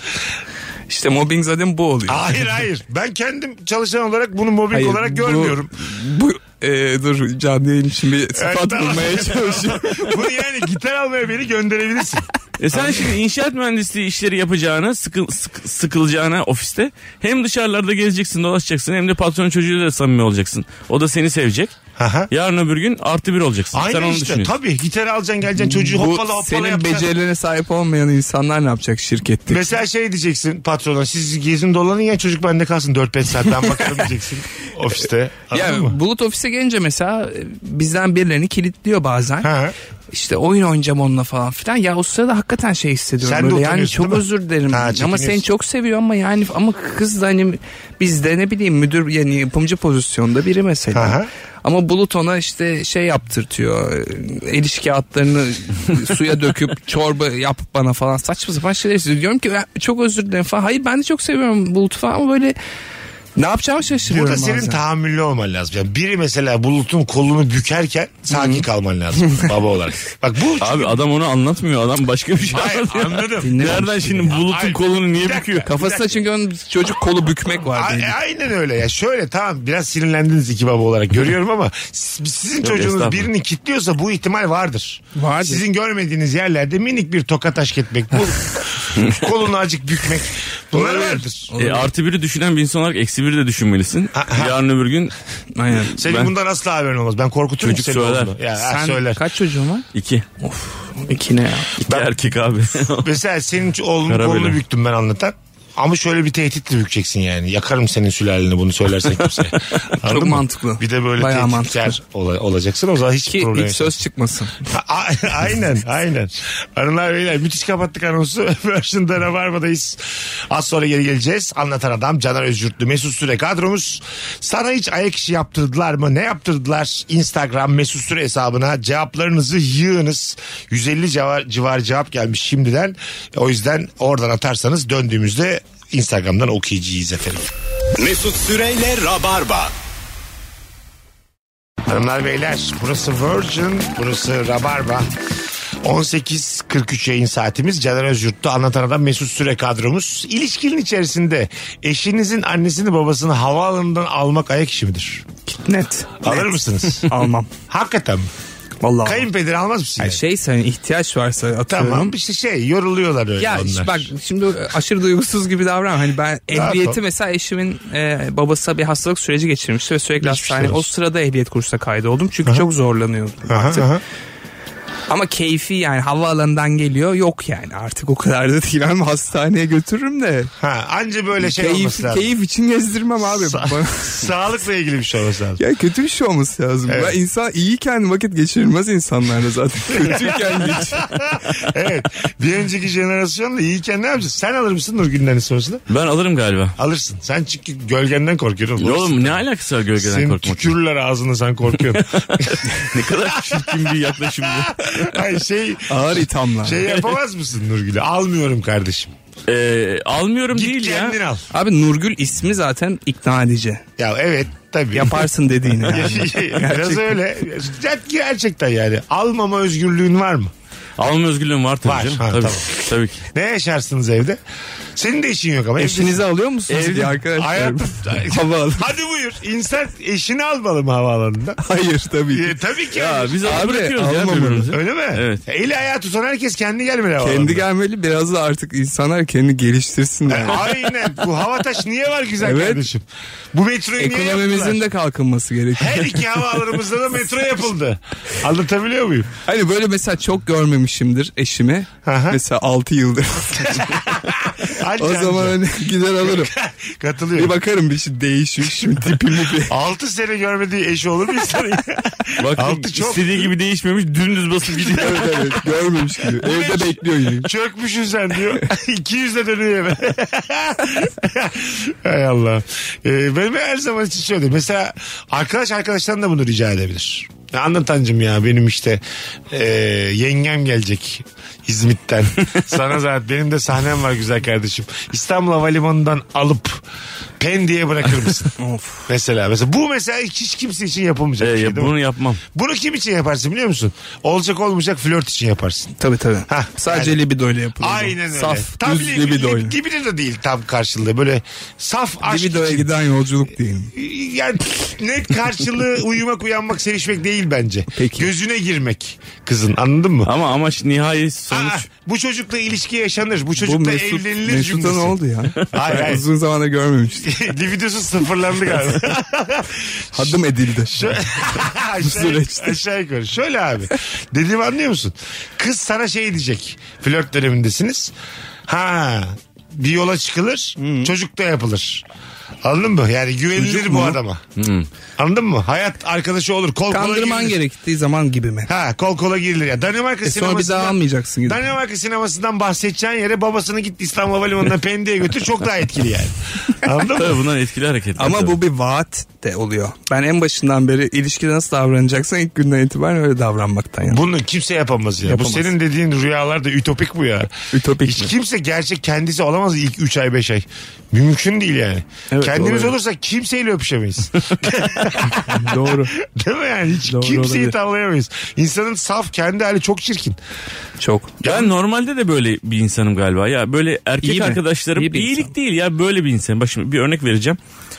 İşte mobbing zaten bu oluyor. Hayır hayır. Ben kendim çalışan olarak bunu mobbing Hayır, olarak bu- görmüyorum. Bu, e, dur canlı yayın için bir sıfat Evet, tamam. bulmaya çalışıyorum. Bunu yani gitar almaya beni gönderebilirsin. E sen şimdi inşaat mühendisliği işleri yapacağına, sıkıl, sık, sıkılacağına ofiste hem dışarılarda gezeceksin, dolaşacaksın, hem de patronun çocuğuyla da samimi olacaksın. O da seni sevecek. Aha. Yarın öbür gün artı bir olacaksın. sen Aynen onu işte düşünüyorsun. tabii gitarı alacaksın geleceksin çocuğu Bu hoppala hoppala senin yapacaksın. becerilerine sahip olmayan insanlar ne yapacak şirkette? Mesela şey diyeceksin patrona siz gezin dolanın ya çocuk bende kalsın dört beş saat ben bakarım diyeceksin ofiste. Anladın Ya mı? Bulut ofise gelince mesela e, bizden birilerini kilitliyor bazen. Ha. İşte oyun oynayacağım onunla falan filan. Ya o sırada hakikaten şey hissediyorum Sen de böyle. Yani utanıyorsun, çok değil mi? özür dilerim. Ha, ama çekiniyorsun. seni çok seviyor ama yani ama kız da hani bizde ne bileyim müdür yani yapımcı pozisyonda biri mesela. Aha. Ama Bulut ona işte şey yaptırtıyor. e, El kağıtlarını suya döküp çorba yap bana falan saçma sapan şeyler istiyor. Diyorum ki "Ya, çok özür dilerim falan. Hayır ben de çok seviyorum Bulut'u falan ama böyle ne yapacağımı şaşırıyorum Burada senin bazen. tahammüllü olman lazım. Yani biri mesela Bulut'un kolunu bükerken sakin kalman lazım baba olarak. Bak bu Abi adam onu anlatmıyor, adam başka bir şey Hayır, anlatıyor. anladım. Nereden şimdi Bulut'un Hayır, kolunu niye bir dakika. büküyor? Kafasında çünkü onun çocuk kolu bükmek var. A- belli. aynen öyle ya. Şöyle tamam biraz sinirlendiniz iki baba olarak görüyorum ama siz- sizin çocuğunuz estağfurullah. birini kilitliyorsa bu ihtimal vardır. Vardır. Sizin görmediğiniz yerlerde minik bir tokat aşk etmek, bu kolunu acık bükmek bunlar vardır. E, artı biri düşünen bir insan olarak eksi biri de düşünmelisin. Aha. Yarın öbür gün Aynen. Senin Ben- bundan asla haberin olmaz. Ben korkuturum Çocuk seni söyler. oğlunu. Ya, ha, Sen söyler. kaç çocuğun var? iki. İki ne ya? İki erkek abi. Mesela senin oğlunun Kara kolunu böyle. büktüm ben anlatan. Ama şöyle bir tehditle bükeceksin yani. Yakarım senin sülaleni bunu söylersen kimseye. Anladın Çok mı? mantıklı. Bir de böyle Bayağı tehditkar ola- olacaksın. O zaman hiç Ki problem ilk yok. söz çıkmasın. A- aynen aynen. Hanımlar beyler müthiş kapattık anonsu. Version'da Rabarba'dayız. Az sonra geri geleceğiz. Anlatan adam Caner Özgürtlü Mesut Süre kadromuz. Sana hiç ayak işi yaptırdılar mı? Ne yaptırdılar? Instagram Mesut Süre hesabına cevaplarınızı yığınız. yüz elli civar, civar cevap gelmiş şimdiden. O yüzden oradan atarsanız döndüğümüzde Instagram'dan okuyacağız efendim. Mesut Süreyle Rabarba. Hanımlar beyler, burası Virgin, burası Rabarba. on sekiz kırk üç yayın saatimiz. Caner Özyurt'ta Anlatan Adam Mesut Süre kadromuz. İlişkinin içerisinde eşinizin annesini babasını havaalanından almak ayak işi midir? Net. Alır Net. mısınız? Almam. Hakikaten mi? Vallahi. Kayınpeder almaz mısın? Yani Yani? şey sen ihtiyaç varsa atıyorum. Tamam işte şey yoruluyorlar öyle Ya onlar. bak şimdi aşırı duygusuz gibi davran. Hani ben ehliyeti ol. mesela eşimin e, babası bir hastalık süreci geçirmişti ve sürekli Geçmiş hastane. O olsun. sırada ehliyet kursuna kaydoldum. Çünkü Aha. çok zorlanıyordum Aha, artık. aha. Ama keyfi yani havaalanından geliyor yok yani artık o kadar da değil ama hastaneye götürürüm de. Ha, anca böyle şey keyif, olması lazım. keyif için gezdirmem abi. Sa- Bana- Sağlıkla ilgili bir şey olması lazım. Ya kötü bir şey olması lazım. Evet. Ben insan iyiyken vakit geçirilmez insanlarla zaten. Kötüyken geç. Evet. Bir önceki jenerasyonla iyiyken ne yapacağız? Sen alır mısın Nurgül'lerin sorusunu? Ben alırım galiba. Alırsın. Sen çünkü gölgenden korkuyorsun. Ne oğlum ne alakası var gölgeden Senin korkmak? tükürürler ağzına sen korkuyorsun. Ne kadar çirkin bir yaklaşım bu. Hayır şey Ağır ithamlar. şey yapamaz mısın Nurgül'e? Almıyorum kardeşim. Ee, almıyorum Git değil ya. kendin al. Abi Nurgül ismi zaten ikna edici. Ya evet tabii. Yaparsın dediğini. Yani. Biraz Gerçekten. öyle. Gerçekten yani. Almama özgürlüğün var mı? Alma özgürlüğüm var tabii Var, canım. ha, tabii. tamam. Tabii ki. Ne yaşarsınız evde? Senin de işin yok ama. Eşinizi alıyor musunuz Evde- diye arkadaşlar? Hayatım. Havaalanı. Hadi buyur. İnsan eşini almalı mı havaalanında? Hayır tabii ki. E, tabii ki. Ya hayır. biz alıp Abi, bırakıyoruz ya almamalı. birbirimizi. Öyle mi? Evet. Eli ayağı tutan herkes kendi gelmeli havaalanına. Kendi gelmeli biraz da artık insanlar kendini geliştirsinler. E, Aynen. Bu Havataş niye var güzel Evet. kardeşim? Bu metroyu niye Ekonomimizin yaptılar? de kalkınması gerekiyor. Her iki havaalanımızda da metro yapıldı. Anlatabiliyor muyum? Hani böyle mesela çok görmemişimdir eşimi. Aha. Mesela altı yıldır. Anca, O zaman anca. hani gider alırım. Katılıyorum. Bir bakarım bir şey değişmiş mi tipim mi? Altı sene görmediği eşi olur mu insanın? Bak Altı çok. istediği gibi değişmemiş dümdüz basıp gidiyor. Evet evet görmemiş gibi. Evde bekliyor yine. Çökmüşsün sen diyor. iki yüzle dönüyor eve. Hay Allah. Ee, benim her zaman için şöyle. Mesela arkadaş arkadaştan da bunu rica edebilir. Ya Anlatancım ya benim işte e, yengem gelecek İzmit'ten. Sana zaten benim de sahnem var güzel kardeşim. İstanbul Havalimanı'ndan alıp Pendik'e bırakır mısın? Of. Mesela. Mesela bu mesela hiç kimse için yapılmayacak Ee, bir şey ya değil mi? bunu yapmam. Bunu kim için yaparsın biliyor musun? Olacak olmayacak flört için yaparsın. Tabii tabii. Hah, Sadece yani- libido ile yapılıyor. Aynen öyle. Saf, tam düz li- libido li- ile. libido da değil tam karşılığı. Böyle saf aşk Libido'ya için. giden yolculuk değil. Yani net karşılığı uyumak uyanmak sevişmek değil bence. Peki. Gözüne girmek kızın anladın mı? Ama amaç nihai sonuç. Aa, bu çocukla ilişki yaşanır. Bu Bu çocukla Mesut, evlenilir Mesut'a cümlesi. ne oldu ya? Hayır, hayır. Uzun zamandır görmemiştim. Libidosu sıfırlandı galiba. Hadım edildi. aşağı, süreçte. aşağı yukarı. Şöyle abi. Dediğimi anlıyor musun? Kız sana şey diyecek. Flört dönemindesiniz. Ha bir yola çıkılır. Çocuk da yapılır. Anladın mı? Yani güvenilir Çocuk bu mu? adama. Hmm. Anladın mı? Hayat arkadaşı olur. Kol kola Kandırman girilir. gerektiği zaman gibi mi? Ha kol kola girilir. Ya Danimarka E sonra bir sinemasından. daha almayacaksın gibi. Danimarka sinemasından bahsedeceğin yere babasını git İstanbul Havalimanı'na Pendik'e götür. Çok daha etkili yani. Anladın mı? Tabii bunlar etkili hareketler. Ama tabii. bu bir vaat de oluyor. Ben en başından beri ilişkide nasıl davranacaksan ilk günden itibaren öyle davranmaktan yana. Bunu kimse yapamaz ya. Yapamaz. Bu senin dediğin rüyalar da ütopik bu ya. Ütopik Hiç mi? kimse gerçek kendisi olamaz ilk üç ay beş ay. Mümkün değil yani. Evet, Kendimiz doğru. olursa kimseyle öpüşemeyiz. Doğru. Değil mi yani? Hiç Doğru kimseyi olabilir. tavlayamayız. İnsanın saf kendi hali çok çirkin. Çok. Ben normalde de böyle bir insanım galiba. Ya böyle erkek İyi mi? arkadaşlarım İyi bir iyilik insan. değil ya böyle bir insan. Bak şimdi bir örnek vereceğim.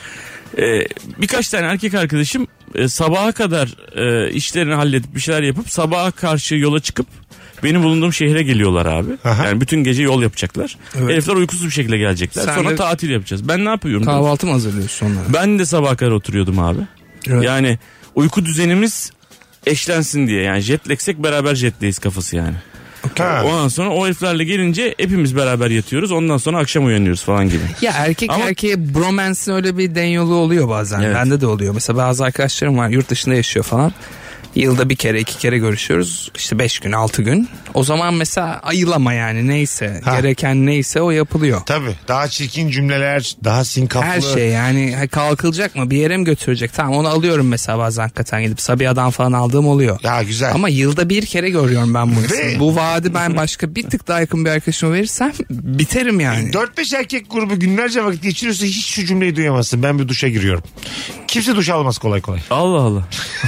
Ee, birkaç tane erkek arkadaşım e, sabaha kadar e, işlerini halledip bir şeyler yapıp sabaha karşı yola çıkıp benim bulunduğum şehre geliyorlar abi. Aha. Yani bütün gece yol yapacaklar. Evet. Herifler uykusuz bir şekilde gelecekler. Sen Sonra de- tatil yapacağız. Ben ne yapıyorum? biliyor musun? Kahvaltı mı hazırlıyorsun onlara? Ben de sabaha kadar oturuyordum abi. Evet. Yani uyku düzenimiz eşlensin diye. Yani jetleksek beraber jetleyiz kafası yani. Ha. Ondan sonra o heriflerle gelince hepimiz beraber yatıyoruz. Ondan sonra akşam uyanıyoruz falan gibi. Ya erkek Ama- erkeğe bromance'in öyle bir denyolu oluyor bazen. Evet. Bende de oluyor. Mesela bazı arkadaşlarım var yurt dışında yaşıyor falan. Yılda bir kere iki kere görüşüyoruz. İşte beş gün altı gün. O zaman mesela ayılama yani neyse. Ha. Gereken neyse o yapılıyor. Tabii. Daha çirkin cümleler, daha sinkaflı. Her şey yani kalkılacak mı bir yere mi götürecek? Tamam onu alıyorum mesela bazen hakikaten gidip Sabiha'dan falan aldığım oluyor. Ya güzel. Ama yılda bir kere görüyorum ben bunu. Ve- Bu vaadi ben başka bir tık daha yakın bir arkadaşıma verirsem biterim yani. dört beş erkek grubu günlerce vakit geçiriyorsa hiç şu cümleyi duyamazsın. Ben bir duşa giriyorum. Kimse duş almaz kolay kolay. Allah Allah.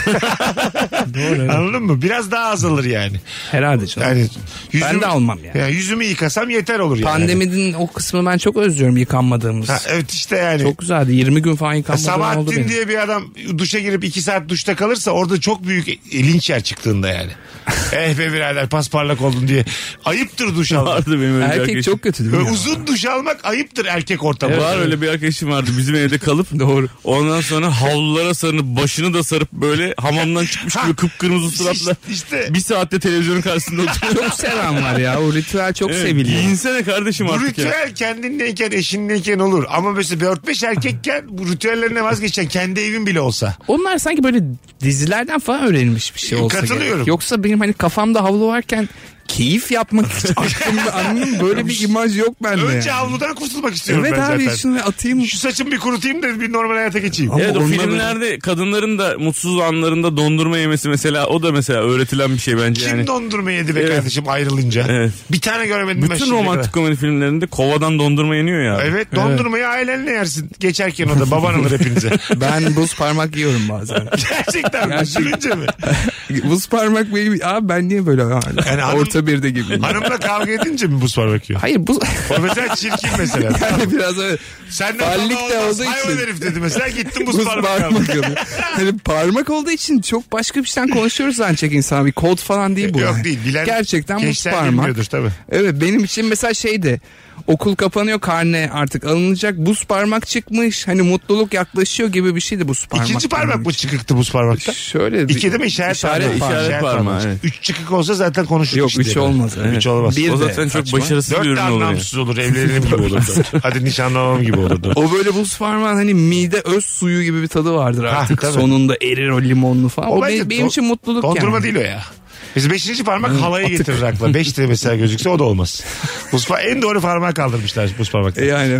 Anladın mı? Biraz daha azalır yani. Herhalde canım. Yani Ben de almam yani. yani. Yüzümü yıkasam yeter olur yani. Pandeminin o kısmını ben çok özlüyorum yıkanmadığımız. Ha, evet işte yani. Çok güzeldi. yirmi gün falan yıkanmadığım oldu Sabahattin benim. diye bir adam duşa girip iki saat duşta kalırsa orada çok büyük linç yer çıktığında yani. Eh be birader pasparlak oldun diye. Ayıptır duş almak. Vardı benim öyle bir Erkek arkadaşım. çok kötü değil mi? Böyle ya? uzun duş almak ayıptır erkek ortamında. Var öyle bir arkadaşım vardı bizim evde kalıp Doğru. ondan sonra havlulara sarınıp başını da sarıp böyle hamamdan çıkmış gibi kıpkırmızı suratla İşte bir saatte televizyonun karşısında oturuyor. Çok seven var ya. O ritüel çok Evet, seviliyor. giyinsene kardeşim bu artık ya. ritüel kendindeyken eşindeyken olur. Ama mesela dört beş erkekken bu ritüellerine vazgeçen kendi evin bile olsa. Onlar sanki böyle dizilerden falan öğrenilmiş bir şey olsa Katılıyorum. gerek. Yoksa benim hani kafamda havlu varken keyif yapmak hiç aklımda anladın mı? Böyle bir imaj yok bende. Önce yani. havludan kurtulmak istiyorum Evet ben abi zaten. şunu atayım. Şu saçımı bir kurutayım da bir normal hayata geçeyim. Ama Evet o onlar filmlerde kadınların da mutsuz anlarında dondurma yemesi mesela o da mesela öğretilen bir şey bence Kim yani. dondurma yedi be Evet. kardeşim ayrılınca? Evet. Bir tane göremedim ben Bütün şimdiye romantik kadar. komedi filmlerinde kovadan dondurma yeniyor ya. Evet dondurmayı ailenle yersin. Geçerken o da baban alır hepinize. Ben buz parmak yiyorum bazen. Gerçekten mi? Sürünce mi? Buz parmak benim. Abi ben niye böyle hala? Yani hanım- Orta birde gibiyim. Hanımla kavga edince mi buz parmak yiyor? Hayır bu O mesela çirkin mesela. yani biraz öyle Senden fallik baba de olmaz olduğu hayvan için. herif dedi mesela gittin buz, buz parmak aldın. parmak yiyorum. Hani parmak olduğu için çok başka bir şeyden konuşuyoruz ancak insan bir kod falan değil bu. Yok yani. değil. Bilen Gerçekten buz gençler parmak. bilmiyordur tabii. Evet benim için mesela şeydi. Okul kapanıyor karne artık alınacak buz parmak çıkmış hani mutluluk yaklaşıyor gibi bir şeydi buz parmak. İkinci parmak benim mı için. çıkıktı buz parmakta? Şöyle İki değil mi? İşaret, İşaret parmağı. işaret parmağı, evet. Üç çıkık olsa zaten konuşurduk. Yok işte. üç olmaz. Evet. Üç olmaz. Bir O de zaten çok saçma. başarısız bir Dört ürün de olur ya. anlamsız olur. Evlenelim gibi olur. Hadi nişanlamam gibi olurdu. O böyle buz parmağın hani mide öz suyu gibi bir tadı vardır artık. tabii. Sonunda erir o limonlu falan. O, bence be- benim don- için mutluluk Dondurma yani. değil o ya. Biz beşinci parmak halayı getirir akla. Beş de mesela gözükse o da olmaz. Buz par- en doğru parmağı kaldırmışlar buz parmakta. E yani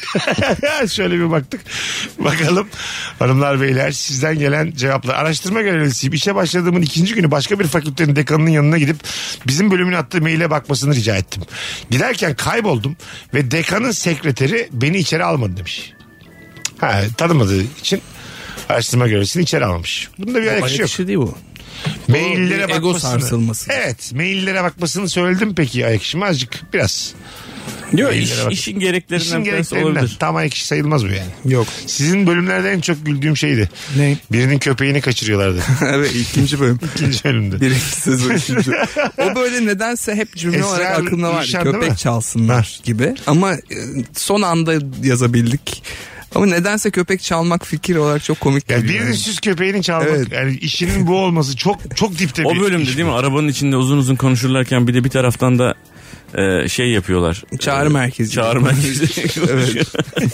evet. Şöyle bir baktık. Bakalım hanımlar beyler sizden gelen cevaplar. Araştırma görevlisiyim. İşe başladığımın ikinci günü başka bir fakültenin dekanının yanına gidip bizim bölümün attığı maile bakmasını rica ettim. Giderken kayboldum ve dekanın sekreteri beni içeri almadı demiş. Ha, tanımadığı için araştırma görevlisini içeri almamış. Bunda bir ayak işi yok. Ayakışı değil bu. Maillere bir ego bakmasını. sarsılması. Evet. Maillere bakmasını söyledim peki ayak işimi azıcık biraz. Yok Maillere iş, bak. işin gereklerinden İşin bir tanesi gereklerinden. olabilir. Tam ayak işi sayılmaz bu yani. Yok. Sizin bölümlerde en çok güldüğüm şeydi. Ne? Birinin köpeğini kaçırıyorlardı. Evet ikinci bölüm. İkinci bölümde. Birinci sezon ikinci. O böyle nedense hep cümle Esra olarak aklımda var. Gülşen değil mi? Köpek çalsınlar gibi. Ama e, son anda yazabildik. Ama nedense köpek çalmak fikir olarak çok komik Ya geliyor. birinin yani. süs köpeğini çalmak Evet. yani işinin bu olması çok çok dipte bir O bölümde iş değil bu. mi? Arabanın içinde uzun uzun konuşurlarken bir de bir taraftan da e, şey yapıyorlar. Çağrı E, merkezi. Çağrı merkezi. Evet.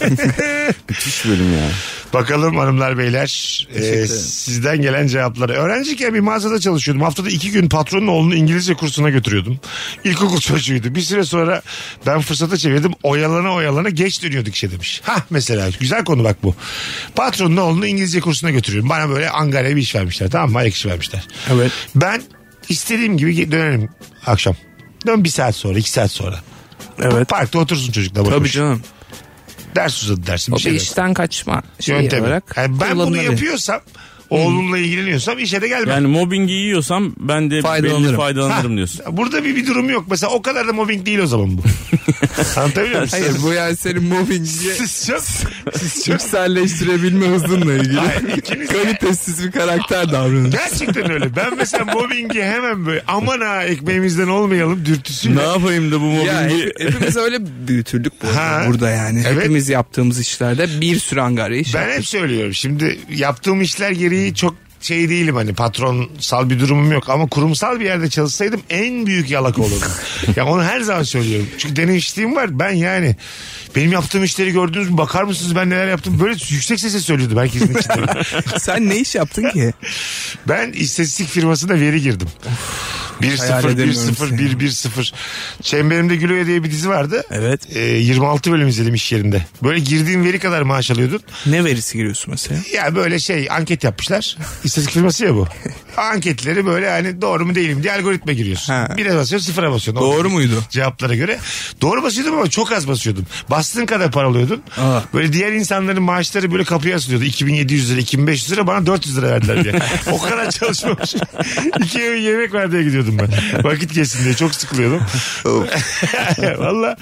Müthiş bölüm ya. Bakalım hanımlar beyler e, sizden gelen cevapları. Öğrenciyken bir mağazada çalışıyordum. Haftada iki gün patronun oğlunu İngilizce kursuna götürüyordum. İlkokul çocuğuydu. Bir süre sonra ben fırsata çevirdim. Oyalana oyalana geç dönüyorduk işe demiş. Hah mesela güzel konu bak bu. Patronun oğlunu İngilizce kursuna götürüyorum. Bana böyle Ankara'ya bir iş vermişler. Tamam mı? Ayak işi vermişler. Evet. Ben istediğim gibi dönerim akşam. Dön bir saat sonra iki saat sonra. Evet. Parkta otursun çocukla. Tabii bakmış. canım. Ders uzadı dersin. O Bir bir şey dersin. işten kaçma şey Yöntemi. olarak. Yani ben bunu kullanılabilir. yapıyorsam oğlumla ilgileniyorsam işe de gelmem. Yani mobbingi yiyorsam ben de belli Faydalanırım. faydalanırım Ha, diyorsun. burada bir, bir durum yok. Mesela o kadar da mobbing değil o zaman bu. Anlatabiliyor muyum? Hayır bu yani senin mobbingiye Siz çok, siz çok içselleştirebilme hızınla ilgili. Hayır, ikiniz de- Kalitesiz bir karakter davranış. gerçekten öyle. Ben mesela mobbingi hemen böyle aman ha ekmeğimizden olmayalım dürtüsüyle. Ne yapayım da bu Ya mobbingi? hep- hepimiz öyle büyütüldük bu arada Ha. burada yani. Evet. Hepimiz yaptığımız işlerde bir sürü angarya iş Ben yaptık. hep söylüyorum. Şimdi yaptığım işler gereği çok şey değilim hani patronsal bir durumum yok ama kurumsal bir yerde çalışsaydım en büyük yalaka olurdum. Ya onu her zaman söylüyorum. Çünkü denemişliğim var. Ben yani benim yaptığım işleri gördünüz mü? Bakar mısınız ben neler yaptım? Böyle yüksek sesle söylüyordum herkesin içinde. Sen ne iş yaptın ki? Ben istatistik firmasına veri girdim. bir sıfır bir sıfır bir bir sıfır Çemberimde Güloya diye bir dizi vardı. Evet. Ee, yirmi altı bölüm izledim iş yerinde. Böyle girdiğin veri kadar maaş alıyordun. Ne verisi giriyorsun mesela? Ya böyle şey anket yapmışlar. İstatistik firması ya bu. Anketleri böyle hani doğru mu değil mi diye algoritma giriyorsun. Ha. Bire basıyorsun sıfıra basıyorsun. Doğru muydu? Cevaplara göre. Doğru basıyordum ama çok az basıyordum. Bastığın kadar para alıyordun. Aa. Böyle diğer insanların maaşları böyle kapıya asılıyordu. iki bin yedi yüz lira iki bin beş yüz lira bana dört yüz lira verdiler diye. O kadar çalışmamışım. İki öğün yemek var diye gidiyordum ben. Vakit geçsin diye çok sıkılıyordum. Valla.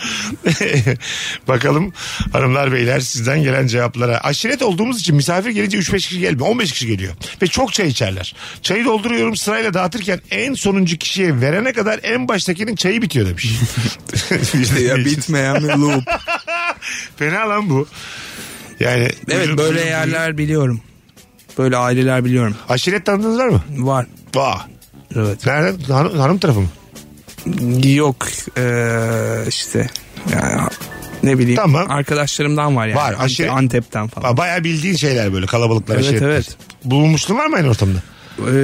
Bakalım hanımlar beyler sizden gelen cevaplara. Aşiret olduğumuz için misafir gelince üç beş kişi gelmiyor. on beş kişi geliyor. Ve çok çay içerler. Çayı dolduruyorum sırayla dağıtırken en sonuncu kişiye verene kadar en baştakinin çayı bitiyor demiş. İşte ya bitmeyen bir loop. Fena lan bu. Yani evet ucun, böyle ucun, yerler biliyorum. Böyle aileler biliyorum. Aşiret tanıdığınız var mı? Var. Vah. Evet. Nereden? Hanım, hanım tarafı mı? Yok ee, işte yani ne bileyim tamam. Arkadaşlarımdan var yani. Var. Aşiret, Antep'ten falan. Bayağı bildiğin şeyler böyle kalabalıklar evet, aşiretler. Evet. Bulunmuşluğun var mı aynı ortamda? Ee,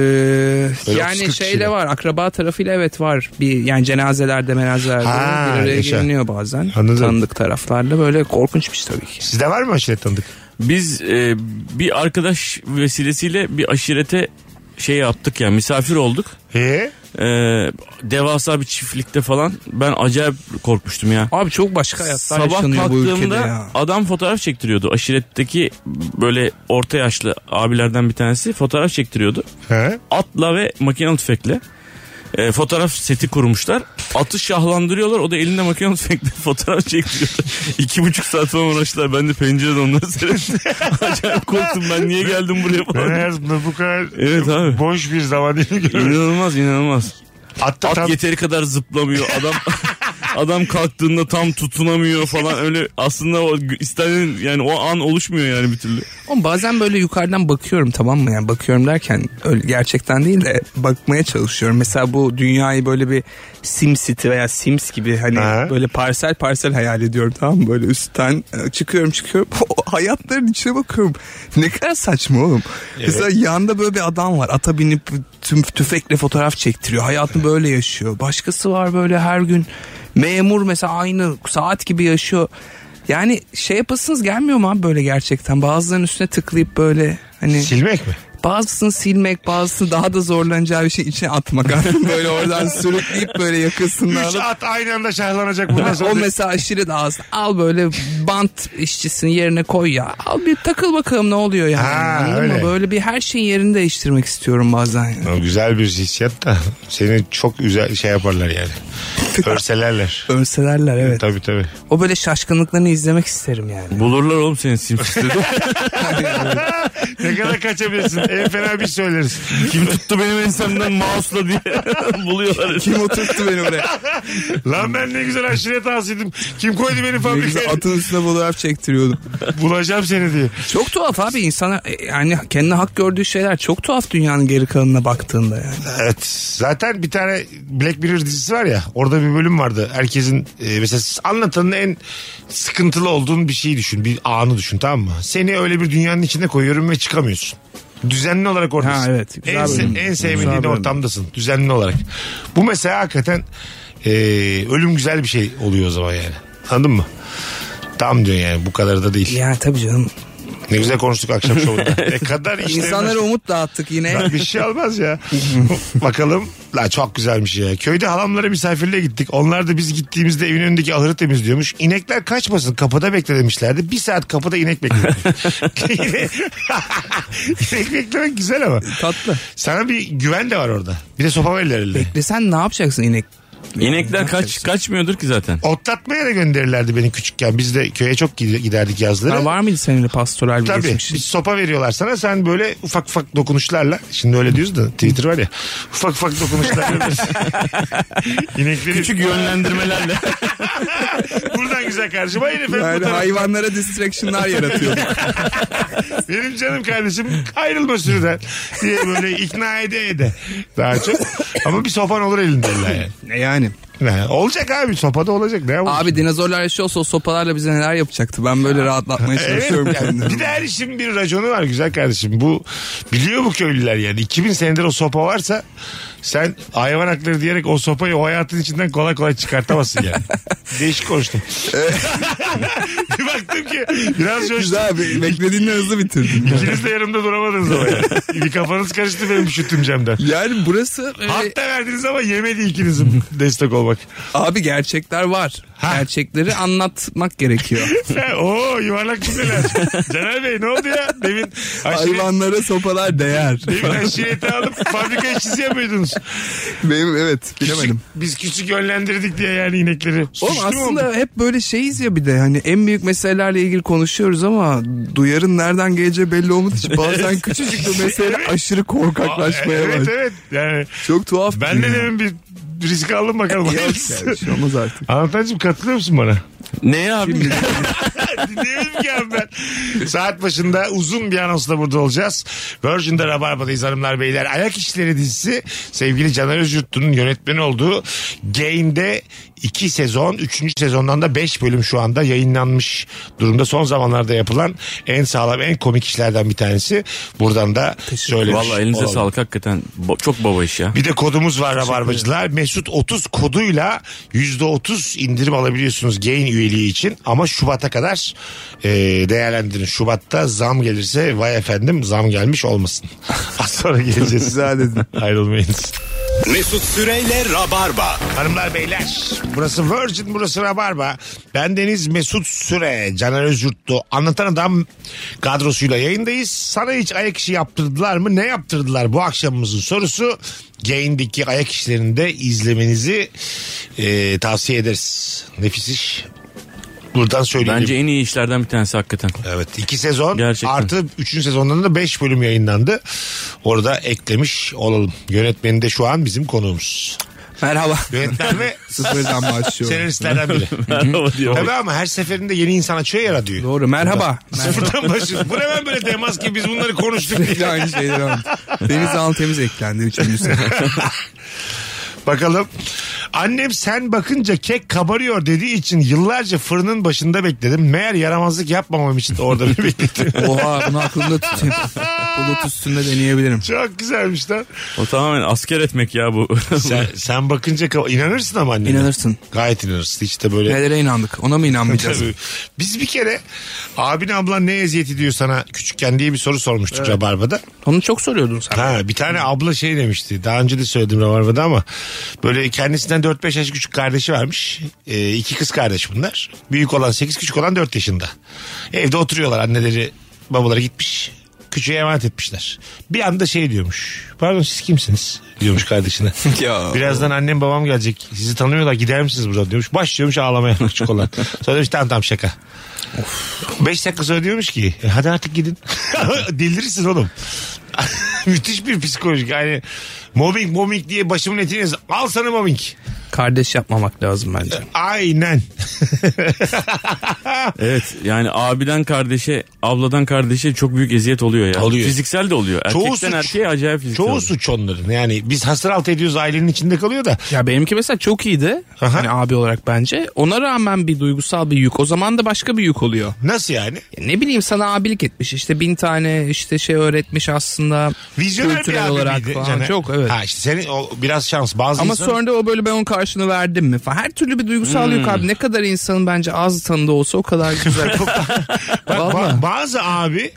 yani şeyle var akraba tarafıyla evet var bir yani cenazelerde menazelerde ha, bir araya geliniyor bazen. Anladım. Tanıdık taraflarla böyle korkunçmuş tabii ki. Sizde var mı aşiret tanıdık? Biz e, bir arkadaş vesilesiyle bir aşirete şey yaptık yani misafir olduk. Ee? Ee, devasa bir çiftlikte falan ben acayip korkmuştum ya. Abi çok başka hayatlar yaşanıyor bu ülkede ya. Sabah kalktığımda adam fotoğraf çektiriyordu. Aşiretteki böyle orta yaşlı abilerden bir tanesi fotoğraf çektiriyordu. He? Atla ve makinalı tüfekle. E, fotoğraf seti kurmuşlar. Atı şahlandırıyorlar. O da elinde makinalı tüfekle fotoğraf çektiriyor. İki buçuk saat falan uğraştılar. Ben de pencereden onları seyrettim. Acayip korktum ben niye geldim buraya falan. Ben hayatımda bu kadar evet, abi. boş bir zaman değil mi görüyorum? İnanılmaz inanılmaz. Hatta At tam... yeteri kadar zıplamıyor. Adam adam kalktığında tam tutunamıyor falan öyle aslında o istenen yani o an oluşmuyor yani bir türlü. Ama bazen böyle yukarıdan bakıyorum tamam mı yani bakıyorum derken öyle gerçekten değil de bakmaya çalışıyorum. Mesela bu dünyayı böyle bir SimCity veya Sims gibi hani ha. böyle parsel parsel hayal ediyorum tamam mı? Böyle üstten çıkıyorum çıkıyorum hayatların içine bakıyorum. Ne kadar saçma oğlum. Evet. Mesela yanında böyle bir adam var ata binip tüm tüfekle fotoğraf çektiriyor. Hayatını böyle yaşıyor. Başkası var böyle her gün memur mesela aynı saat gibi yaşıyor. Yani şey yapasınız gelmiyor mu abi böyle gerçekten? Bazılarının üstüne tıklayıp böyle hani... Silmek mi? Bazısını silmek, bazısını daha da zorlanacağı bir şey içine atmak. Böyle oradan sürükleyip böyle yakasından alıp. Üç at aynı anda şahlanacak bundan sonra. O mesela aşiret ağzı. Al böyle bant işçisini yerine koy ya. Al bir takıl bakalım ne oluyor yani. Ha, anladın mı? Böyle bir her şeyin yerini değiştirmek istiyorum bazen. Yani. O güzel bir hissiyat da seni çok güzel şey yaparlar yani. Örselerler. Örselerler evet. Tabii tabii. O böyle şaşkınlıklarını izlemek isterim yani. Bulurlar oğlum senin simsizleri. Ne kadar kaçabilirsin? En fena bir söyleriz. Kim tuttu benim ensemden mouse'la diye buluyorlar. Kim oturttu beni oraya? Lan ben ne güzel aşiret ağasıydım. Kim koydu beni fabrikaya? Atın üstüne fotoğraf çektiriyordum. Bulacağım seni diye. Çok tuhaf abi insana yani kendine hak gördüğü şeyler çok tuhaf dünyanın geri kalanına baktığında yani. Evet. Zaten bir tane Black Mirror dizisi var ya. Orada bir bölüm vardı. Herkesin e, mesela anlatanın en sıkıntılı olduğun bir şeyi düşün. Bir anı düşün tamam mı? Seni öyle bir dünyanın içine koyuyorum ve çıkamıyorsun. Düzenli olarak oradasın. Ha, evet, en, se- en sevmediğin ortamdasın. Düzenli olarak. Bu mesela hakikaten e, ölüm güzel bir şey oluyor o zaman yani. Anladın mı? Tam diyorsun yani bu kadar da değil. Ya tabii canım. Ne güzel konuştuk akşam şovunda. Ne kadar işlerine... İnsanlara umut dağıttık yine. Lan bir şey olmaz ya. Bakalım. La çok güzelmiş ya. Köyde halamlara misafirliğe gittik. Onlar da biz gittiğimizde evin önündeki ahırı temizliyormuş. İnekler kaçmasın kapıda bekle demişlerdi. Bir saat kapıda inek bekledik. İnek beklemek güzel ama. Tatlı. Sana bir güven de var orada. Bir de sopa verirler eline. Beklesen ne yapacaksın inek? İnekler kaç kaçmıyordur ki zaten. Otlatmaya da gönderirlerdi beni küçükken. Biz de köye çok giderdik yazları. Ha, var mıydı senin de pastoral bir Tabii. geçmişin? Bir sopa veriyorlar sana. Sen böyle ufak ufak dokunuşlarla. Şimdi öyle diyoruz da Twitter var ya. Ufak ufak dokunuşlarla. İnekleri... Küçük yönlendirmelerle. Buradan güzel kardeşim. Hayır efendim. Yani hayvanlara distraction'lar yaratıyorduk. Benim canım kardeşim ayrılma sürüden diye böyle ikna ede ede. Daha çok. Ama bir sopan olur elinde yani. Yani. Ne? Olacak abi, sopada olacak. Ne yapalım? Abi dinozorlar yaşıyorsa o sopalarla bize neler yapacaktı? Ben böyle rahatlatmaya çalışıyorum Evet, yani kendimi. bir de her işin bir raconu var güzel kardeşim. Bu biliyor bu köylüler yani. iki bin senedir o sopa varsa sen hayvan hakları diyerek o sopayı o hayatın içinden kolay kolay çıkartamazsın yani. Değişik konuştum. Bir baktım ki biraz coştum. Güzel abi, beklediğinden hızlı bitirdin. İkiniz de yanımda duramadınız ama ya. Bir kafanız karıştı benim şu tümcemden. Yani burası... E, Hatta verdiniz ama yemedi ikinizin destek olmak. abi gerçekler var. Ha. Gerçekleri anlatmak gerekiyor. Oo yuvarlak cümleler. Caner Bey ne oldu ya? Demin aşiret, Hayvanlara sopalar değer. demin aşireti alıp fabrika işçisi yapıyordunuz. Benim evet bilemedim. Küçük, biz küçük yönlendirdik diye yani inekleri. Oğlum Suçlu mu aslında olduk? hep böyle şeyiz ya bir de hani en büyük meselelerle ilgili konuşuyoruz ama duyarın nereden geleceği belli olmadığı için bazen küçücük bir mesele Evet. aşırı korkaklaşmaya Evet başlıyor. evet yani Çok tuhaf. ben de ya. demin bir risk aldım bakalım. Yok hayırlısı. yani, şey olmaz artık. Anlatancığım katılıyor musun bana? Ne abi? Dinleyelim ki abi ben. Saat başında uzun bir anonsla burada olacağız. Virgin'de Rabarba'dayız hanımlar beyler. Ayak İşleri dizisi sevgili Caner Özyurtlu'nun yönetmeni olduğu Gain'de iki sezon, üçüncü sezondan da beş bölüm şu anda yayınlanmış durumda. Son zamanlarda yapılan en sağlam, en komik işlerden bir tanesi. Buradan da söylemiş Vallahi elinize olalım. sağlık hakikaten. Bo- çok baba iş ya. Bir de kodumuz var Rabarbacılar. Mesut otuz koduyla yüzde otuz indirim alabiliyorsunuz Gain üyeliği için. Ama Şubat'a kadar e, değerlendirin. Şubat'ta zam gelirse vay efendim zam gelmiş olmasın. Az sonra geleceğiz. Güzel dedin. Mesut Ayrılmayınız. Süreyle Rabarba. Hanımlar beyler, burası Virgin, burası Rabarba. Bendeniz Mesut Süre, Caner Özyurtlu, Anlatan Adam kadrosuyla yayındayız. Sana hiç ayak işi yaptırdılar mı? Ne yaptırdılar? Bu akşamımızın sorusu. Gain'deki ayak işlerinde izlemenizi e, tavsiye ederiz. Nefis iş. Buradan söyleyelim. Bence en iyi işlerden bir tanesi hakikaten. Evet, iki sezon Gerçekten. artı üçüncü sezondan da beş bölüm yayınlandı. Orada eklemiş olalım. Yönetmeni de şu an bizim konuğumuz. Merhaba. Yönetmen ve Sıfırdan başlıyor. senaristlerden biri. Merhaba diyor. Tabii ama her seferinde yeni insan açıyor ya radyoyu. Doğru merhaba. Sıfırdan başlıyoruz. Bu ne ben böyle demaz ki biz bunları konuştuk Sürekli diye. aynı şeyleri anlat. Deniz Al Temiz eklendi üçüncü sene. Bakalım. Annem sen bakınca kek kabarıyor dediği için yıllarca fırının başında bekledim. Meğer yaramazlık yapmamam için orada bir bekledim. Oha bunu aklımda tutayım. Bulut üstünde deneyebilirim. Çok güzelmiş lan. O tamamen asker etmek ya bu. Sen, sen bakınca kaba- inanırsın ama annene. İnanırsın. Gayet inanırsın. Hiç de böyle. Nelere inandık ona mı inanmayacağız? Tabii. Biz bir kere abin ablan ne eziyet ediyor sana küçükken diye bir soru sormuştuk evet. Rabarba'da. Onu çok soruyordun sen. Ha, bir tane abla şey demişti. Daha önce de söyledim Rabarba'da ama böyle kendisinden dört beş yaş küçük kardeşi varmış. Ee, iki kız kardeş bunlar. Büyük olan sekiz, küçük olan dört yaşında. Evde oturuyorlar, anneleri babaları gitmiş. Küçüğe emanet etmişler. Bir anda şey diyormuş. Pardon siz kimsiniz? Diyormuş kardeşine. Ya. Birazdan annem babam gelecek. Sizi tanımıyorlar, gider misiniz buradan diyormuş. Başlıyormuş ağlamaya küçük olan. Sonra demiş tamam tamam şaka. Beş dakika sonra diyormuş ki e, hadi artık gidin. Delirirsin oğlum. Müthiş bir psikolojik. Yani mobbing mobbing diye başımın etini yaz- al sana mobbing. Kardeş yapmamak lazım bence. Aynen. Evet yani abiden kardeşe, abladan kardeşe çok büyük eziyet oluyor ya. Oluyor. Fiziksel de oluyor. Çoğu Erkekten suç. erkeğe acayip fiziksel Çoğu oluyor. suç onların. Yani biz hasır altı ediyoruz, ailenin içinde kalıyor da. Ya benimki mesela çok iyiydi. Aha. Hani abi olarak bence. Ona rağmen bir duygusal bir yük. O zaman da başka bir yük oluyor. Nasıl yani? Ya ne bileyim sana abilik etmiş. İşte bin tane işte şey öğretmiş aslında. Vizyoner bir kültürel abi olarak miydi falan. Caner? Çok evet. Ha işte senin o biraz şans. Bazı Ama insan... sonra da o böyle ben onun karşını verdim mi falan. Her türlü bir duygusal Hmm. yük abi. Ne kadar insanın bence az tanıdığı olsa o kadar güzel. Bak, Vallahi. ba- bazı abi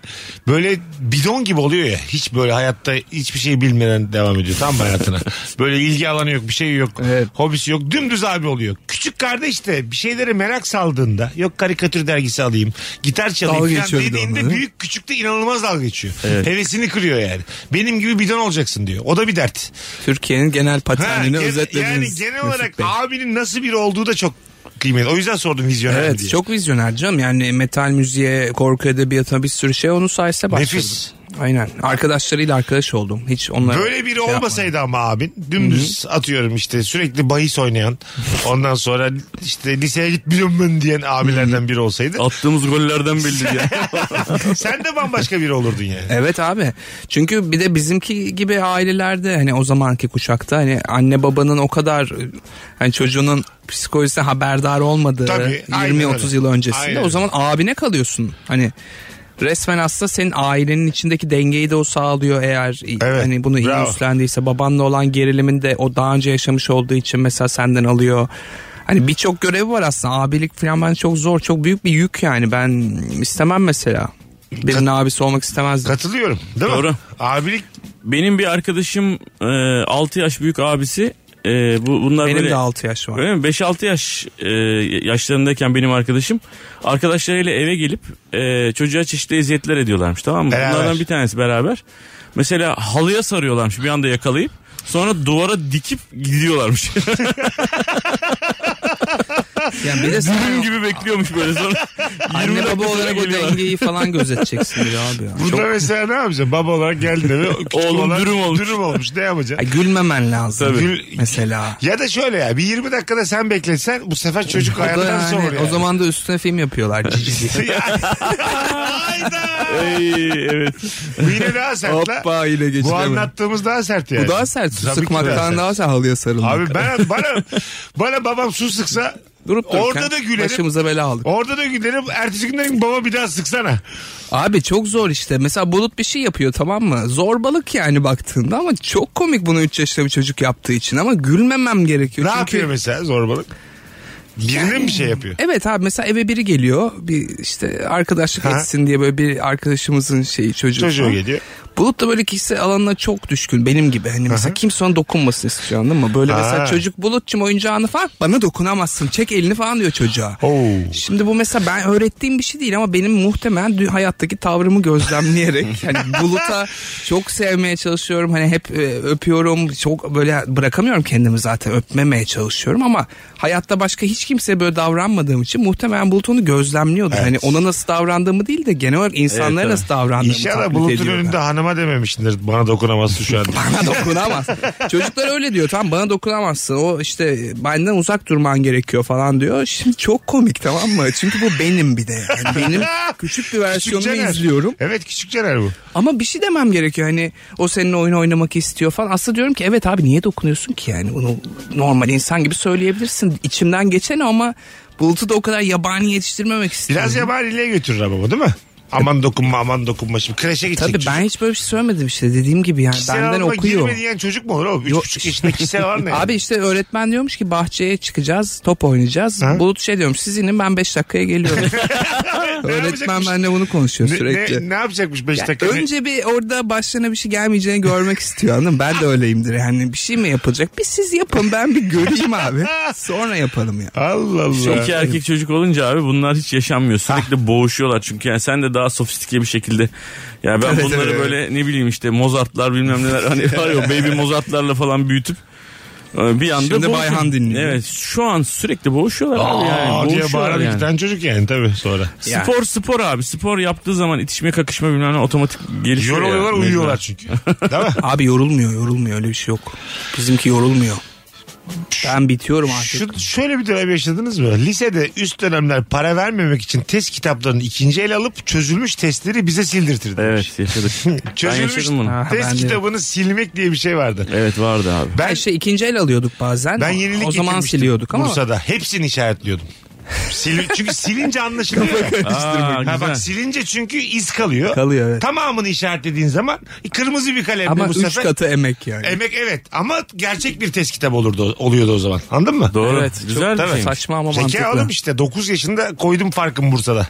böyle bidon gibi oluyor ya. Hiç böyle hayatta hiçbir şey bilmeden devam ediyor tam hayatına. Böyle ilgi alanı yok, bir şey yok. Evet. Hobisi yok. Dümdüz abi oluyor. Küçük kardeş de bir şeylere merak saldığında, yok karikatür dergisi alayım, gitar çalayım Dalga falan geçiyor bir de dediğinde onunla, büyük küçük de inanılmaz dalga geçiyor. Evet. Hevesini kırıyor yani. Benim gibi bidon olacaksın diyor. O da bir dert. Türkiye'nin genel Ha, paternini gen- özetlediniz. yani genel Mesut olarak Bey. abinin nasıl biri olduğu da çok kıymetli. O yüzden sordum vizyoner Evet diye. çok vizyoner canım. Yani metal müziğe, korku edebiyatına bir sürü şey onun sayesinde başladı. Nefis. Aynen. Arkadaşlarıyla arkadaş oldum. Hiç onlara Böyle biri şey olmasaydı ama abin dümdüz atıyorum işte sürekli bahis oynayan, ondan sonra işte liseye gitmiyorum ben diyen abilerden biri olsaydı Attığımız gollerden belli ya. sen de bambaşka biri olurdun yani. Evet abi. Çünkü bir de bizimki gibi ailelerde hani o zamanki kuşakta hani anne babanın o kadar hani çocuğunun psikolojisine haberdar olmadığı Tabii, aynen yirmi otuz öyle. yıl öncesinde Aynen o zaman abine kalıyorsun. Hani resmen aslında senin ailenin içindeki dengeyi de o sağlıyor eğer Evet, hani bunu iyi bravo. üstlendiyse, babanla olan gerilimin de o daha önce yaşamış olduğu için mesela senden alıyor. Hani birçok görevi var aslında. Abilik falan ben çok zor, çok büyük bir yük yani. Ben istemem mesela. Birinin abisi olmak istemezdim. Katılıyorum değil mi? Doğru. Abilik Benim bir arkadaşım e, altı yaş büyük abisi. E, bu bunlar Benim böyle, de altı yaş var. öyle mi? beş altı yaş e, yaşlarındayken benim arkadaşım arkadaşlarıyla eve gelip e, çocuğa çeşitli eziyetler ediyorlarmış, tamam mı? Beraber. Bunlardan bir tanesi beraber. Mesela halıya sarıyorlarmış bir anda yakalayıp. Sonra duvara dikip gidiyorlarmış. Yani bir de Dürüm sen gibi bekliyormuş böyle sonra. yirmi anne dakika baba sonra olarak o geliyorlar. dengeyi falan gözeteceksin diyor abi ya. burada Çok... mesela ne yapacaksın? Baba olarak geldin eve. küçük Oğlum olan dürüm olmuş. Dürüm olmuş. Ne yapacaksın? Ay, gülmemen lazım. Tabii. Gül- Mesela. Ya da şöyle ya bir yirmi dakikada sen bekletsen bu sefer çocuk O, da hayattan yani, sonra yani. o zaman da üstüne film yapıyorlar. Cici diye. Hayda. Ey, evet. Bu yine daha sert la. Hoppa yine Bu geçiremedim. anlattığımız daha sert yani. Bu daha sert. Su Tabii ki sıkmaktan daha daha sert. sert halıya sarılmak. Abi ben bana bana babam su sıksa Durup dururken orada da gülerim. başımıza bela aldık. Orada da gülerim. Ertesi gün dedim baba bir daha sıksana. Abi çok zor işte. Mesela Bulut bir şey yapıyor, tamam mı? Zorbalık yani baktığında ama çok komik bunu üç yaşında bir çocuk yaptığı için ama gülmemem gerekiyor. Ne Çünkü... yapıyor mesela zorbalık? Birine mi bir şey yapıyor? Evet abi mesela eve biri geliyor. Bir işte arkadaşlık Ha. etsin diye böyle bir arkadaşımızın şeyi çocuğu. Çocuğu falan. geliyor. Bulut da böyle kişisel alanına çok düşkün benim gibi. Hani mesela kimse ona dokunmasın istiyor, anladın mı? Böyle Ha. mesela çocuk Bulut'cum oyuncağını falan bana dokunamazsın. Çek elini falan diyor çocuğa. Oo. Şimdi bu mesela ben öğrettiğim bir şey değil ama benim muhtemelen dü- hayattaki tavrımı gözlemleyerek hani Bulut'a çok sevmeye çalışıyorum. Hani hep e, öpüyorum. Çok böyle bırakamıyorum kendimi zaten, öpmemeye çalışıyorum ama hayatta başka hiç kimseye böyle davranmadığım için muhtemelen Bulut onu gözlemliyordu. Evet. Hani ona nasıl davrandığımı değil de genel olarak insanlara Evet, nasıl davrandığımı İnşallah taklit Bulut'un ediyorum. önünde hanıma dememişsindir. Bana dokunamazsın şu an. Bana dokunamaz. Çocuklar öyle diyor, tamam bana dokunamazsın. O işte benden uzak durman gerekiyor falan diyor. Şimdi çok komik, tamam mı? Çünkü bu benim bir de. Yani benim küçük bir versiyonumu Caner. izliyorum. Evet küçük Caner bu. Ama bir şey demem gerekiyor. Hani o seninle oyun oynamak istiyor falan. Aslında diyorum ki evet abi niye dokunuyorsun ki yani? Bunu normal insan gibi söyleyebilirsin. İçimden geçen o ama Bulut'u da o kadar yabani yetiştirmemek istiyorum. Biraz yabaniliğe götürür ama bu değil mi? Aman dokunma aman dokunma şimdi kreşe gidecek Tabii çocuk. ben hiç böyle bir şey söylemedim işte, dediğim gibi yani Kişisel benden alanıma okuyor. girme diyen çocuk mu olur oğlum? Üç Yok. buçuk yaşında kişisel alan ne? Abi işte öğretmen diyormuş ki bahçeye çıkacağız, top oynayacağız. Ha? Bulut şey diyorum, siz inin ben beş dakikaya geliyorum. Öğretmen yapacakmış? benimle bunu konuşuyor Ne, sürekli. ne, ne yapacakmış beş Yani dakika? önce bir orada başlarına bir şey gelmeyeceğini görmek istiyor, anladın mı? Ben de öyleyimdir yani, bir şey mi yapılacak? Bir siz yapın, ben bir göreyim abi. Sonra yapalım ya. Allah Allah. İki erkek çocuk olunca abi bunlar hiç yaşanmıyor. Sürekli boğuşuyorlar çünkü yani sen de daha sofistike bir şekilde. Ya ben Evet, bunları evet. böyle ne bileyim işte Mozartlar bilmem neler hani var ya baby Mozartlarla falan büyütüp bir anda Şimdi boğuşuyor. Bayhan dinliyor. Evet şu an sürekli boğuşuyorlar abi Aa yani. diye Boğuşuyorlar bağıran yani. iki tane çocuk yani tabii sonra. Yani. Spor spor abi. Spor yaptığı zaman itişme kakışma bilmem ne otomatik gelişiyor. Yoruluyorlar ya. uyuyorlar çünkü. Değil mi? Abi yorulmuyor yorulmuyor, öyle bir şey yok. Bizimki yorulmuyor. Ben bitiyorum artık. Şu, şöyle bir dönem yaşadınız mı? Lisede üst dönemler para vermemek için test kitaplarını ikinci el alıp çözülmüş testleri bize sildirtirdi. Evet yaşadık. ben Çözülmüş yaşadım bunu. Ha, test ben de. kitabını silmek diye bir şey vardı. Evet vardı abi. Ben Ben şey ikinci el alıyorduk bazen. ben yenilik O zaman getirmiştim siliyorduk ama. Bursa'da hepsini işaretliyordum. Sil, çünkü silince anlaşılıyor. Aa, Ha bak güzel. silince çünkü iz kalıyor. Kalıyor, evet. Tamamını işaretlediğin zaman kırmızı bir kalemle Ama bu üç sefer. katı emek yani. Emek evet ama gerçek bir test kitabı olurdu, oluyordu o zaman. Anladın mı? Doğru. Evet, Güzel çok bir şeymiş. saçma ama Zeka mantıklı. oğlum işte dokuz yaşında koydum farkım Bursa'da.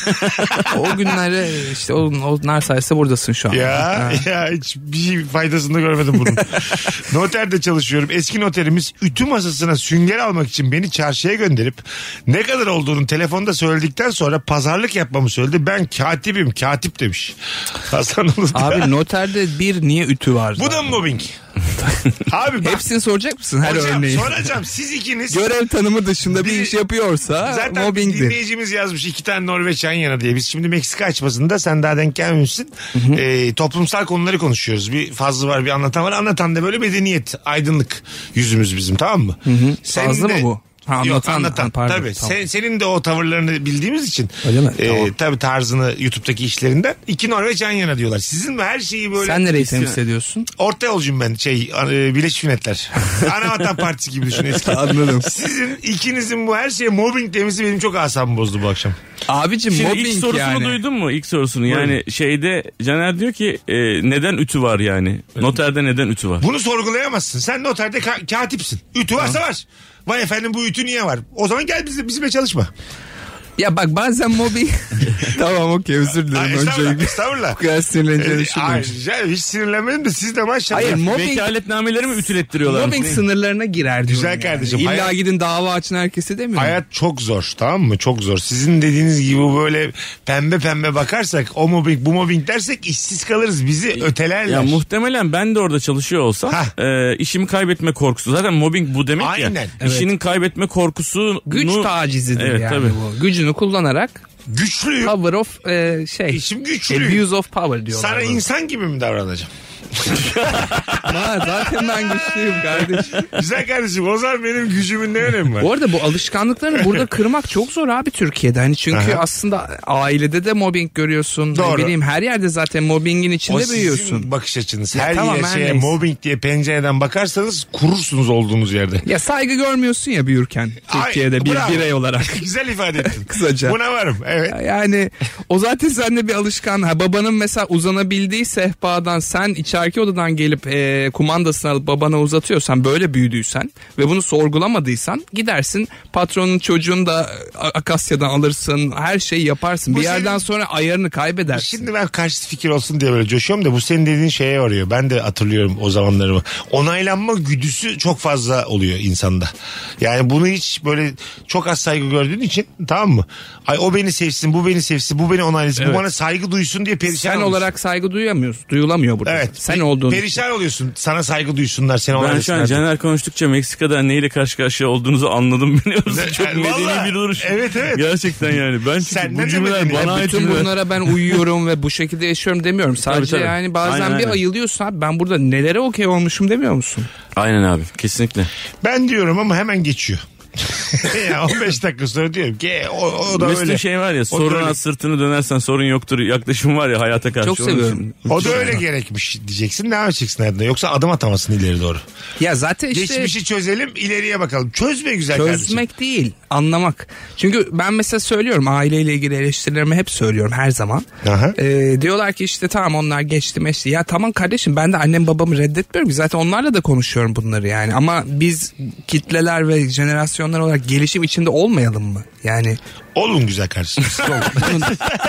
O günlerde işte o, onlar sayesinde buradasın şu an. ya Ha. ya hiç bir şey faydasını da görmedim bunun. Noterde çalışıyorum. Eski noterimiz ütü masasına sünger almak için beni çarşıya gönderip ne kadar olduğunu telefonda söyledikten sonra pazarlık yapmamı söyledi. Ben katibim katip demiş. Hasan Ulu. Abi noterde bir niye ütü var? Bu da mı mobbing? Abi bak. Hepsini soracak mısın her Hocam örneği? soracağım siz ikiniz. Görev tanımı dışında bir Bir- iş yapıyorsa Zaten mobbingdir. dinleyicimiz yazmış iki tane Norveç yan yana diye. Biz şimdi Meksika açmasında sen daha denk gelmemişsin. Ee, toplumsal konuları konuşuyoruz. Bir fazla var bir anlatan var. Anlatan da böyle medeniyet, aydınlık yüzümüz bizim tamam mı? Senin Fazla de- mı bu? Ha, Yok anlatan, anlatan. ha, pardon, Tabii. tamam. Sen, senin de o tavırlarını bildiğimiz için. Öyle mi? E, Tamam. Tabii tarzını YouTube'daki işlerinden. İki Norveç yan yana diyorlar. Sizin mi her şeyi böyle. Sen nereyi temsil ediyorsun? Orta yolcuyum ben şey e, Birleşmiş Milletler. Anavatan Partisi gibi düşün eski. Anladım. Sizin ikinizin bu her şeye mobbing demesi benim çok asabımı bozdu bu akşam. Abicim Şimdi mobbing ilk sorusunu yani. duydun mu? İlk sorusunu. Yani şeyde Caner diyor ki e, neden ütü var yani? Noterde neden ütü var? Bunu sorgulayamazsın. Sen noterde ka- katipsin. Ütü varsa var. Vay efendim bu ütü niye var? O zaman gel bizle, bizimle çalışma. Ya bak bazen mobbing. Tamam okey özür dilerim. Ay, estağfurullah, Önce estağfurullah. bu kadar sinirleneceğini Ee, ay, düşünmemiştim. rica- hiç sinirlenmedim de siz de maşallah. Hayır mobbing, Vekaletnameleri mi ütülettiriyorlar? mobbing sınırlarına girer diyorum. Güzel kardeşim, Yani. İlla hayat- gidin dava açın herkese demiyorum. Hayat çok zor tamam mı? Çok zor. Sizin dediğiniz gibi böyle pembe pembe bakarsak o mobbing bu mobbing dersek işsiz kalırız. Bizi ötelerler. Ya muhtemelen ben de orada çalışıyor olsam e, işimi kaybetme korkusu. Zaten mobbing bu demek Aynen. ya. Evet. İşinin kaybetme korkusu. Güç tacizidir Evet, yani tabii. bu. Gücünü kullanarak Güçlüyüm. power of e, şey. İşim güçlüyüm. Abuse of power diyorlar. Sana buna. insan gibi mi davranacağım? Ha, zaten ben güçlüyüm kardeşim. Güzel kardeşim o zaman benim gücümün ne önemi var? Bu arada bu alışkanlıklarını burada kırmak çok zor abi Türkiye'de. Hani çünkü Aha. aslında ailede de mobbing görüyorsun. Doğru. Ne bileyim her yerde zaten mobbingin O içinde sizin büyüyorsun. bakış açınız. Ya Her tamam, yere her şeye neyse. mobbing diye pencereden bakarsanız kurursunuz olduğunuz yerde. Ya saygı görmüyorsun ya büyürken Türkiye'de Ay, bir bravo. birey olarak. Güzel ifade ettin. Kısaca. Buna varım evet. Yani o zaten sende bir alışkan. Ha, babanın mesela uzanabildiği sehpadan sen içeriki odadan gelip e, kumandasını alıp babana uzatıyorsan böyle büyüdüysen ve bunu sorgulamadıysan gidersin patronun çocuğunu da e, Akasya'dan alırsın her şeyi yaparsın. Bu bir yerden senin- sonra ayarını kaybedersin. Şimdi ben karşı fikir olsun diye böyle coşuyorum da bu senin dediğin şeye varıyor. Ben de hatırlıyorum o zamanlarımı. Onaylanma güdüsü çok fazla oluyor insanda. Yani bunu hiç böyle çok az saygı gördüğün için tamam mı? Ay o beni sevsin, bu beni sevsin, bu beni onaylasın, bu Evet. bana saygı duysun diye perişan Sen oluyorsun. olarak saygı duyamıyorsun. Duyulamıyor burada. Evet. Sen pe- olduğun Perişan oluyorsun. Sana saygı duysunlar, seni Ben şu an onaylasınlar. Caner konuştukça Meksika'da neyle karşı karşıya olduğunuzu anladım biliyor musun? Ne- Çok yani medeni vallahi, bir duruş. evet, evet. Gerçekten yani. Ben çünkü Senden de bu cümleler medeni. bana ait Bütün cümleler. bunlara ben uyuyorum ve bu şekilde yaşıyorum demiyorum. Sadece tabii. yani bazen Aynen, bir aynen. ayılıyorsun abi. Ben burada nelere okey olmuşum demiyor musun? Aynen abi kesinlikle. Ben diyorum ama hemen geçiyor. ya on beş dakika sonra diyorum ki o, o da Mesut'un öyle. şey var ya O da soruna öyle. sırtını dönersen sorun yoktur yaklaşım var ya hayata karşı. Çok Onun seviyorum. için- O da öyle gerekmiş diyeceksin. Devam edeceksin hayatında. Yoksa adım atamazsın ileri doğru. Ya zaten işte Geçmişi çözelim ileriye bakalım. Çözme güzel kardeşim. çözmek değil, anlamak. Çünkü ben mesela söylüyorum aileyle ilgili eleştirilerimi hep söylüyorum her zaman. Aha. Ee, diyorlar ki işte tamam onlar geçti meşti. Ya tamam kardeşim ben de annem babamı reddetmiyorum ki zaten onlarla da konuşuyorum bunları yani. Ama biz kitleler ve jenerasyonlar olarak gelişim içinde olmayalım mı? Yani Olun güzel kardeşim. Siz olun.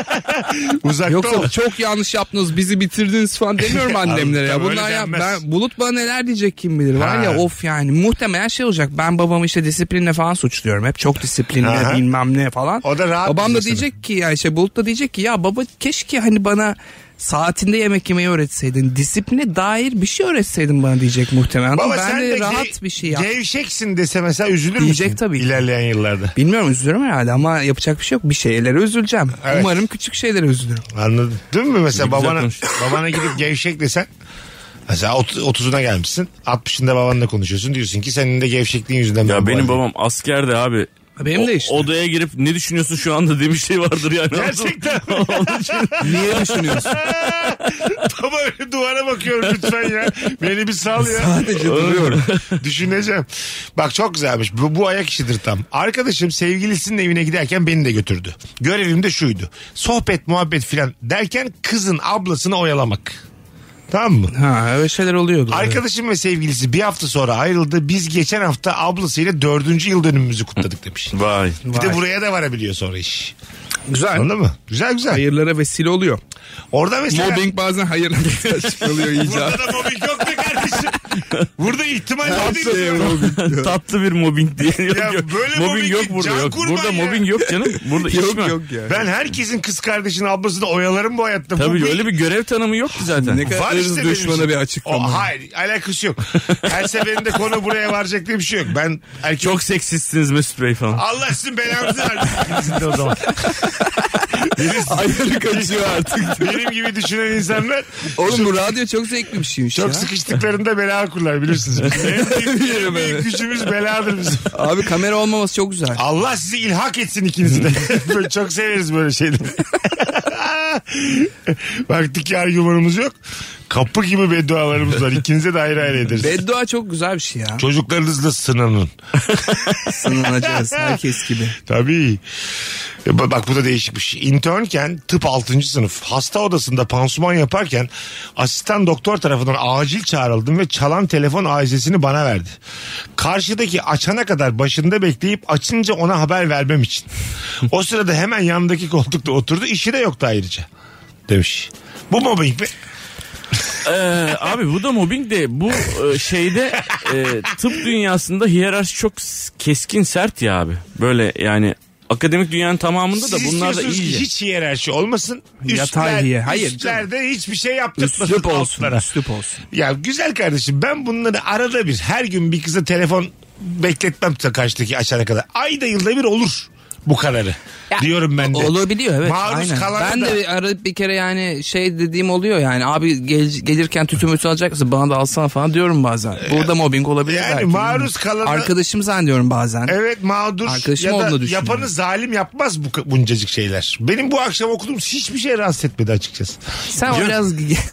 Uzakta yoksa olun. çok yanlış yaptınız bizi bitirdiniz falan demiyorum annemlere ya. Tabii, öyle Bunlar ya denmez. ben, Bulut bana neler diyecek kim bilir var Ha. ya of yani muhtemelen şey olacak. Ben babamı işte disiplinle falan suçluyorum. Hep çok disiplinli Aha. bilmem ne falan. O da rahat Babam da bize diyecek ki ya işte Bulut da diyecek ki ya baba keşke hani bana saatinde yemek yemeyi öğretseydin. Disipline dair bir şey öğretseydin bana diyecek muhtemelen. Baba ben sen de, de rahat ge- bir şey yap. gevşeksin dese mesela üzülür Diyecek müsün? tabii ki. İlerleyen yıllarda. Bilmiyorum üzülürüm herhalde ama yapacak bir şey yok. Bir şeylere üzüleceğim. Evet. Umarım küçük şeylere üzülürüm. Anladın değil mi? Mesela Ne güzel babana, konuştun. babana gidip gevşek desen mesela ot- otuzuna gelmişsin. altmışında babanla konuşuyorsun. Diyorsun ki senin de gevşekliğin yüzünden ben Ya bu benim haldeyim. babam askerde abi. Benim de işte. O, odaya girip ne düşünüyorsun şu anda demiş şey vardır yani. Gerçekten. Niye düşünüyorsun? Baba öyle duvara bakıyorum lütfen ya. Beni bir sal ya. Sadece duruyorum. Düşüneceğim. Bak çok güzelmiş. Bu, bu ayak işidir tam. Arkadaşım sevgilisinin evine giderken beni de götürdü. Görevim de şuydu. Sohbet muhabbet filan derken kızın ablasını oyalamak. Tamam mı? Ha, öyle şeyler oluyordu. Arkadaşım ve sevgilisi bir hafta sonra ayrıldı. Biz geçen hafta ablasıyla dördüncü yıl dönümümüzü kutladık demiş. Vay. Bir de buraya da varabiliyor sonra iş. Güzel. Anladın mı? Güzel güzel. Hayırlara vesile oluyor. Orada mesela... Mobbing bazen hayırlara çıkılıyor iyice. Burada da mobbing yok be kardeşim. Burada ihtimal var değil mi? Tatlı bir mobbing diye. Yok, Ya yok. böyle mobbing mobbing yok değil, burada can yok. kurban Burada ya. mobbing yok canım. Burada iş Yok var. yok ya. Ben herkesin kız kardeşinin ablasını oyalarım bu hayatta. Tabii bu öyle bir görev tanımı yok ki zaten. Ne kadar Var ırz işte benim düşmana için. bir açıklama. O, hayır alakası yok. Her seferinde konu buraya varacak diye bir şey yok. Ben erkek... Çok seksistsiniz Mesut Bey falan. Allah sizin belanızı versin ikinizin de o zaman. Birisi- Ayarı kaçıyor artık. Benim gibi düşünen insanlar Oğlum bu radyo çok zevkli bir şeymiş çok ya. sıkıştıklarında bela kurlar bilirsiniz. En büyük, en büyük gücümüz beladır bizim. Abi kamera olmaması çok güzel. Allah sizi ilhak etsin ikinizi de. Böyle çok severiz böyle şeyleri. Baktık ki argümanımız yok. Kapı gibi beddualarımız var. İkinize de ayrı ayrı ederiz. Beddua çok güzel bir şey ya. Çocuklarınızla sınanın. Sınanacağız herkes gibi. Tabii. E, ba- Bak bu da değişik bir şey. İnternken tıp altıncı sınıf hasta odasında pansuman yaparken asistan doktor tarafından acil çağrıldım ve çalan telefon aizesini bana verdi. Karşıdaki açana kadar başında bekleyip açınca ona haber vermem için. O sırada hemen yanındaki koltukta oturdu. İşi de yoktu ayrıca. Demiş. Bu mobbing mi? Ee, abi bu da mobbing de bu e, şeyde e, tıp dünyasında hiyerarşi çok s- keskin sert ya abi. Böyle yani akademik dünyanın tamamında da Siz bunlar da istiyorsunuz ki iyice. hiç hiyerarşi olmasın. Yatay Üstler, hiye- hayır üstlerde hiçbir şey yaptırtmasın Üslup olsun. altlara. Üslup olsun. Ya güzel kardeşim ben bunları arada bir her gün bir kıza telefon bekletmem karşıdaki açana kadar. Ayda yılda bir olur bu kararı. Ya, diyorum ben de. Olabiliyor evet. Maruz Aynen. kalana Ben da- de bir, arada bir kere yani şey dediğim oluyor yani abi gel, gelirken tütün mütün alacak mısın bana da alsana falan diyorum bazen. Burada mobbing olabilir Yani belki. maruz kalana- Arkadaşım zannediyorum bazen. Evet mağdur Arkadaşım ya olduğunu da düşünüyorum. yapanı zalim yapmaz bu buncacık şeyler. Benim bu akşam okuduğum hiçbir şey rahatsız etmedi açıkçası. Sen o biraz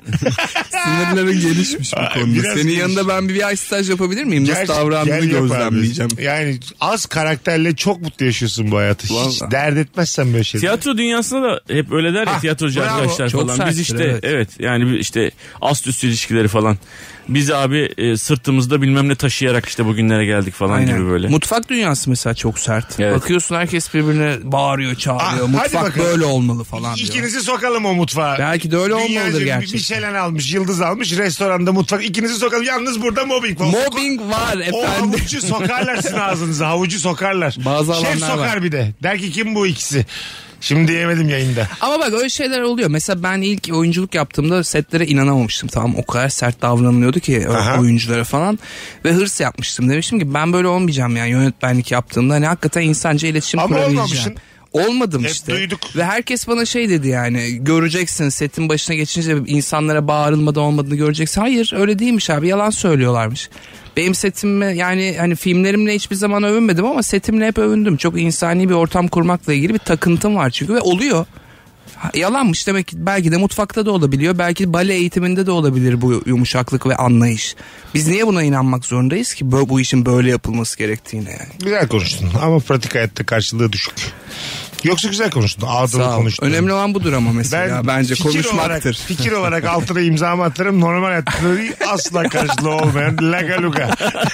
sinirlerin gelişmiş bu Ay, konuda. biraz Senin geliş. yanında ben bir, bir ay staj yapabilir miyim? Nasıl Gel- davrandığını gel yap abi. gözlemleyeceğim. Yani az karakterle çok mutlu yaşıyorsun bu hayatı. Hiç Vallahi. dert etmezsen böyle şeyler. Tiyatro dünyasında da hep öyle der ya Ha, tiyatrocu bravo. arkadaşlar Çok falan. serttir, Biz işte evet. evet. yani bir işte ast üst ilişkileri falan. Biz abi e, sırtımızda bilmem ne taşıyarak işte bugünlere geldik falan Aynen. gibi böyle. Mutfak dünyası mesela çok sert. Evet. Bakıyorsun herkes birbirine bağırıyor, çağırıyor. Ah, hadi Mutfak bakalım. böyle olmalı falan diyor. İkinizi sokalım o mutfağa. Belki de öyle Dünyaca olmalıdır bir- gerçekten. Bir Michelin almış, yıldız almış, restoranda mutfak. İkinizi sokalım. Yalnız burada mobbing var. Mobbing var O efendim. havucu sokarlar sizin ağzınıza. Havucu sokarlar. Bazı Şef alanlar sokar var. bir de. Der ki kim bu ikisi? Şimdi diyemedim yayında. Ama bak öyle şeyler oluyor. Mesela ben ilk oyunculuk yaptığımda setlere inanamamıştım. Tamam o kadar sert davranılıyordu ki Aha. oyunculara falan. Ve hırs yapmıştım. Demiştim ki ben böyle olmayacağım yani yönetmenlik yaptığımda. Hani hakikaten insanca iletişim Ama kurabileceğim. olmamışsın. Olmadım Hep işte. duyduk. Ve herkes bana şey dedi yani göreceksin setin başına geçince insanlara bağırılmadan olmadığını göreceksin. Hayır öyle değilmiş abi yalan söylüyorlarmış. Benim setimle yani hani filmlerimle hiçbir zaman övünmedim ama setimle hep övündüm. Çok insani bir ortam kurmakla ilgili bir takıntım var çünkü ve oluyor. Ha, yalanmış demek ki belki de mutfakta da olabiliyor. Belki bale eğitiminde de olabilir bu yumuşaklık ve anlayış. Biz niye buna inanmak zorundayız ki bu, bu işin böyle yapılması gerektiğine yani. Güzel konuştun ama pratik hayatta karşılığı düşük. Yoksa güzel konuştun. Ağzını Sağ ol. konuştun. Önemli olan budur ama mesela Ben bence fikir konuşmaktır. Olarak, fikir olarak altına imzamı atarım. Normal hayatta değil, asla karşılığı olmayan laga luga.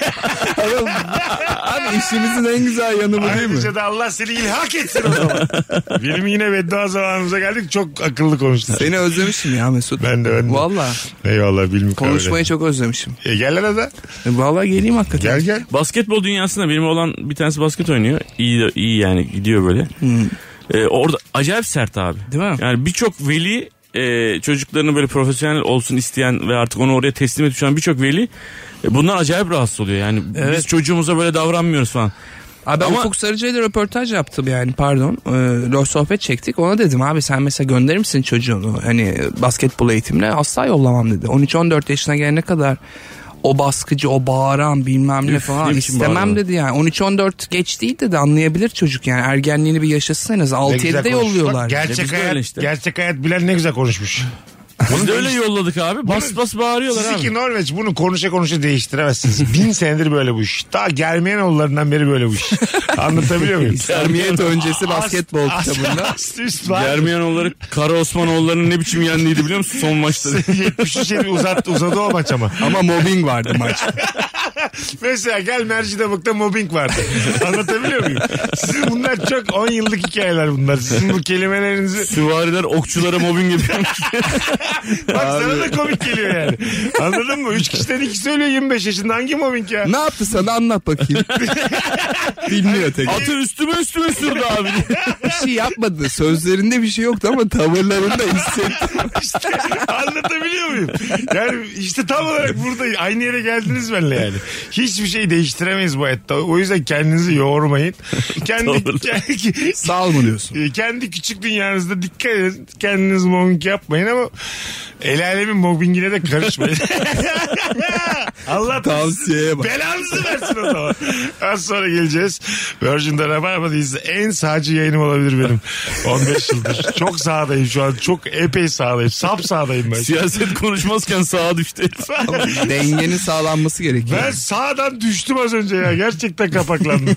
Abi işimizin en güzel yanı bu değil mi? Ayrıca da Allah seni ilhak etsin o zaman. Benim yine beddua zamanımıza geldik. Çok akıllı konuştun. Seni özlemişim ya Mesut. Ben de ben de. Valla Eyvallah bilmiyorum. konuşmayı çok özlemişim. E, gel lan da. E, Valla geleyim hakikaten. Gel gel. Basketbol dünyasında benim olan bir tanesi basket oynuyor. İyi de- iyi yani gidiyor böyle. Ee, orada acayip sert abi. Değil mi? Yani birçok veli e, çocuklarını böyle profesyonel olsun isteyen ve artık onu oraya teslim edip şu an birçok veli e, bundan acayip rahatsız oluyor. Yani Evet. biz çocuğumuza böyle davranmıyoruz falan. Abi ben Ama- Ufuk Sarıcı'yla röportaj yaptım yani pardon. Ee, sohbet çektik. Ona dedim abi sen mesela gönderir misin çocuğunu? Hani basketbol eğitimine asla yollamam dedi. on üç on dört yaşına gelene kadar o baskıcı, o bağıran bilmem ne Üf, falan ne biçim istemem bağıran? dedi yani. on üç on dört geç değil dedi, anlayabilir çocuk yani. Ergenliğini bir yaşasın en az. Ne altı güzel yedide konuşmuş. yolluyorlar. Bak, Gerçek Biz de hayat, öyle işte. gerçek hayat bilen ne güzel konuşmuş. Biz de öyle yolladık abi. Bas bas bağırıyorlar abi. Sizinki Norveç, bunu konuşa konuşa değiştiremezsiniz. Bin senedir böyle bu iş. Daha Germiyanoğullarından beri böyle bu iş. Anlatabiliyor muyum? İslamiyet öncesi basketbol Ast- kitabında. ast- üst var. Germiyanoğulları Kara Osmanoğulları'nın ne biçim yendiğiydi biliyor musun son maçta? yetmiş üç yedi uzattı, uzadı o maç ama. Ama mobbing vardı maç. Mesela gel Mercidabık'ta mobbing vardı. Anlatabiliyor muyum? Sizin bunlar çok on yıllık hikayeler bunlar. Sizin bu kelimelerinizi... Süvariler okçulara mobbing yapıyormuş. Bak sana da komik geliyor yani. Anladın mı? Üç kişiden iki söylüyor yirmi beş yaşında. Hangi mobbing ya? Ne yaptı sana, anlat bakayım. Bilmiyor tek. Atı üstüme üstüme sürdü abi. Bir şey yapmadı. Sözlerinde bir şey yoktu ama tavırlarında hissettim. İşte anlatabiliyor muyum? Yani işte tam olarak burada aynı yere geldiniz benimle yani. Hiçbir şey değiştiremeyiz bu hayatta. O yüzden kendinizi yormayın. Kendi, kendi, Sağ ol mu diyorsun? kendi küçük dünyanızda dikkat edin. Kendiniz mobbing yapmayın ama el alemin mobbingine de karışmayın. Allah Tavsiyeye bak. belanızı versin o zaman. Az sonra geleceğiz. Virgin'de Rabarba'dayız. En sağcı yayınım olabilir benim. on beş yıldır. Çok sağdayım şu an. Çok epey sağdayım. Sap sağdayım ben. Siyaset konuşmazken sağa düştü. Dengenin sağlanması gerekiyor. Ben sağdan düştüm az önce ya. Gerçekten kapaklandım.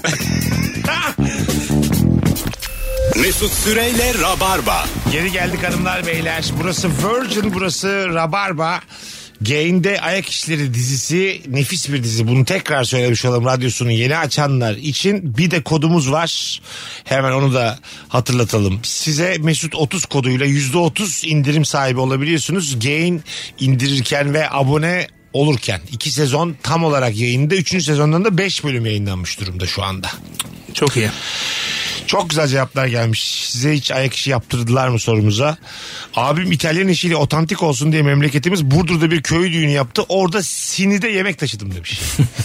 Mesut Süreyle Rabarba. Geri geldik hanımlar beyler. Burası Virgin, burası Rabarba. Gain'de Ayak İşleri dizisi nefis bir dizi. Bunu tekrar söylemiş olalım radyosunu yeni açanlar için. Bir de kodumuz var. Hemen onu da hatırlatalım. Size Mesut otuz koduyla yüzde otuz indirim sahibi olabiliyorsunuz. Gain indirirken ve abone olurken. iki sezon tam olarak yayında. Üçüncü sezondan da beş bölüm yayınlanmış durumda şu anda. Çok iyi. Çok güzel cevaplar gelmiş. Size hiç ayak işi yaptırdılar mı sorumuza? Abim İtalyan eşiyle otantik olsun diye memleketimiz Burdur'da bir köy düğünü yaptı. Orada sinide yemek taşıdım demiş.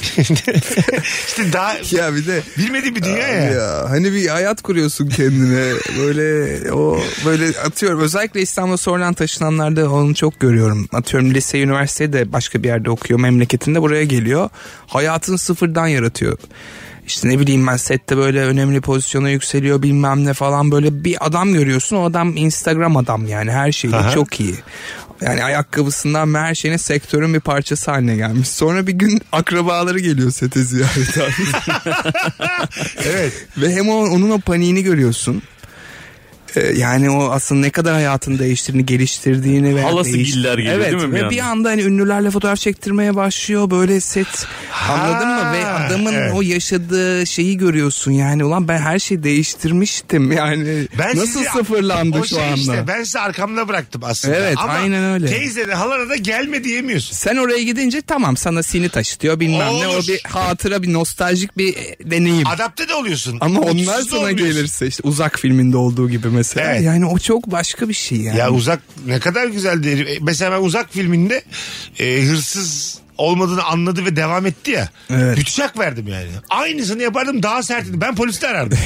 İşte daha Ya bir de bilmediğim bir dünya ya. ya hani bir hayat kuruyorsun kendine, böyle o böyle atıyorum, özellikle İstanbul'a sonradan taşınanlarda onu çok görüyorum. Atıyorum lise, üniversitede başka bir yerde okuyor, memleketinde buraya geliyor, hayatını sıfırdan yaratıyor. İşte ne bileyim ben, sette böyle önemli pozisyona yükseliyor bilmem ne falan, böyle bir adam görüyorsun, o adam Instagram adam yani, her şeyi Aha. çok iyi. Yani ayakkabısından her şeyine sektörün bir parçası haline gelmiş. Sonra bir gün akrabaları geliyor sete ziyaret abi. Evet. Ve hem o, onun o paniğini görüyorsun. Ee, yani o aslında ne kadar hayatını değiştirdiğini, geliştirdiğini ve Halası değiş- giller geliyor evet, değil mi bir ve anda? bir anda hani ünlülerle fotoğraf çektirmeye başlıyor böyle set. Anladın mı? Ve adamın evet. o yaşadığı şeyi görüyorsun yani, ulan ben her şeyi değiştirmiştim yani. Ben nasıl sizi- sıfırlandı o şu şey anda? Işte, ben sizi arkamda bıraktım aslında. Evet, ama aynen öyle. teyze de halana da gelme diyemiyorsun. Sen oraya gidince tamam, sana sini taşıtıyor bilmem O ne, o olur. bir hatıra, bir nostaljik bir deneyim. Adapte de oluyorsun. Ama onlar Mutsuz da sana olmuyorsun. gelirse işte Uzak filminde olduğu gibi mesela. Evet. Yani o çok başka bir şey yani. Ya Uzak ne kadar güzeldi. Mesela ben Uzak filminde e, hırsız olmadığını anladı ve devam etti ya. Evet. Bütçak verdim yani. Aynısını yapardım, daha sertini. Ben polisi arardım.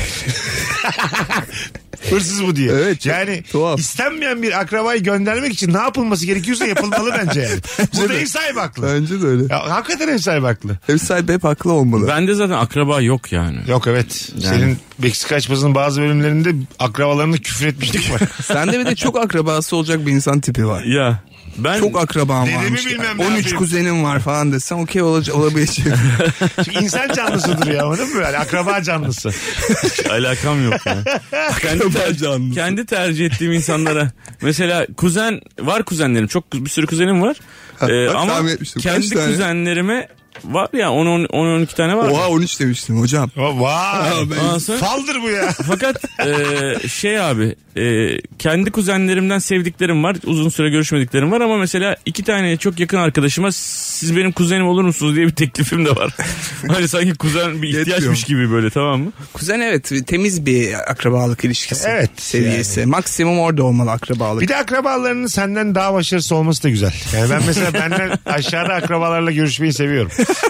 Hırsız bu diye. Evet, çok yani tuhaf. istenmeyen bir akrabayı göndermek için ne yapılması gerekiyorsa yapılmalı bence yani. Burada ev sahibi haklı. Bence de öyle. Ya, hakikaten ev sahibi haklı. Ev sahibi hep haklı olmalı. Bende zaten akraba yok yani. Yok evet. Senin Meksika açmasının bazı bölümlerinde akrabalarına küfür etmişlik var. Sende bir de çok akrabası olacak bir insan tipi var. Ya ben Çok akrabam Dedemi varmış. bilmem ne on üç yapayım. kuzenim var falan desen okey olacak, olabilecek. Çünkü insan canlısıdır ya, anladın mı? Yani akraba canlısı. alakam yok ya. kendi, ter- canlısı. kendi tercih ettiğim insanlara. Mesela kuzen var, kuzenlerim. Çok bir sürü kuzenim var. Ee, bak, ama tahmin etmiştim. Kaç kendi tane? kuzenlerime var ya on on iki tane var. Oha on üç demiştim hocam. Vay. Ondan sonra- Faldır bu ya. Fakat e, şey abi e, kendi kuzenlerimden sevdiklerim var, uzun süre görüşmediklerim var ama mesela iki tane çok yakın arkadaşıma siz benim kuzenim olur musunuz diye bir teklifim de var. Hani sanki kuzen bir ihtiyaçmış gibi böyle, tamam mı? Kuzen evet, temiz bir akrabalık ilişkisi. Evet, Seviyesi. Maksimum orada olmalı akrabalık. Bir de akrabalarının senden daha başarısı olması da güzel. Yani ben mesela benden aşağıda akrabalarla görüşmeyi seviyorum.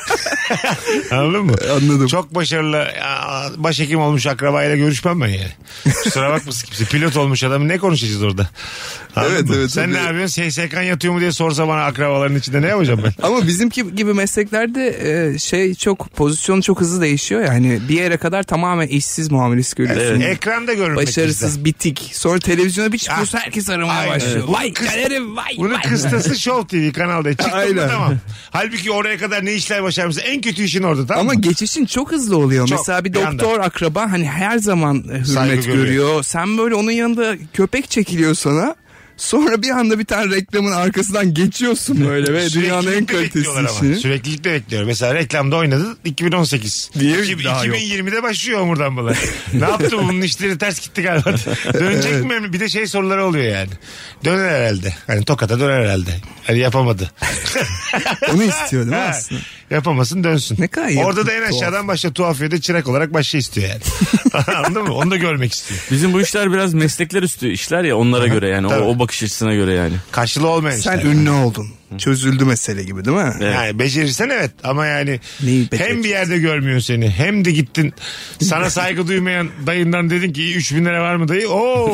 Anladın mı? Anladım. Çok başarılı ya, başhekim olmuş akrabayla görüşmem ben yani. Kusura bakmasın kimse. Pilot olmuş adamı ne konuşacağız orada? Anladın Evet, mı? evet, Sen tabii. ne yapıyorsun? S S K'n yatıyor mu diye sorsa bana akrabaların içinde ne yapacağım ben? Ama bizimki gibi mesleklerde e, şey çok pozisyon çok hızlı değişiyor yani bir yere kadar tamamen işsiz muamelesi görüyorsun. Ekranda görünmek Başarısız, bizde. bitik. Sonra televizyona bir çıkıyorsun Ah, herkes aramaya aynen. başlıyor. Evet. Vay Kız- galerim vay Bunun vay. kıstası Show T V kanalda. Çıktın mı Aynen. tamam. Halbuki oraya kadar ne işler başarmışsın. En kötü işin orada tamam Ama mı? geçişin çok hızlı oluyor. Çok, Mesela bir bir anda. doktor akraba hani her zaman e, Saygı hürmet görüyor. görüyor. Sen böyle onun yanında köpek çekiliyor sana. Sonra bir anda bir tane reklamın arkasından geçiyorsun böyle ve dünyanın en Süreklilikte kalitesiz bekliyorlar ama. işini. Süreklilikte bekliyor. Mesela reklamda oynadı iki bin on sekiz. Diye İki- daha yok. iki bin yirmide başlıyor homurdanmalar. Ne yaptı bunun işleri ters gitti galiba. Dönecek mi? Bir de şey soruları oluyor yani. Döner herhalde. Hani Tokat'a döner herhalde. Hani yapamadı. Onu istiyor değil mi Ha, aslında? yapamasın dönsün. Ne kadar iyi. Orada da en aşağıdan Tuhaf. başla tuhafiyede çırak olarak başla istiyor yani. Anladın mı? Onu da görmek istiyor. Bizim bu işler biraz meslekler üstü işler ya onlara göre yani o, Tabii. o bakış açısına göre yani. Karşılığı olmayan Sen işler. ünlü oldun. Çözüldü mesele gibi değil mi? Evet. Yani becerirsen evet ama yani Neyi hem becereceksin? bir yerde görmüyor seni hem de gittin sana saygı duymayan dayından dedin ki üç bin lira var mı dayı? Oo.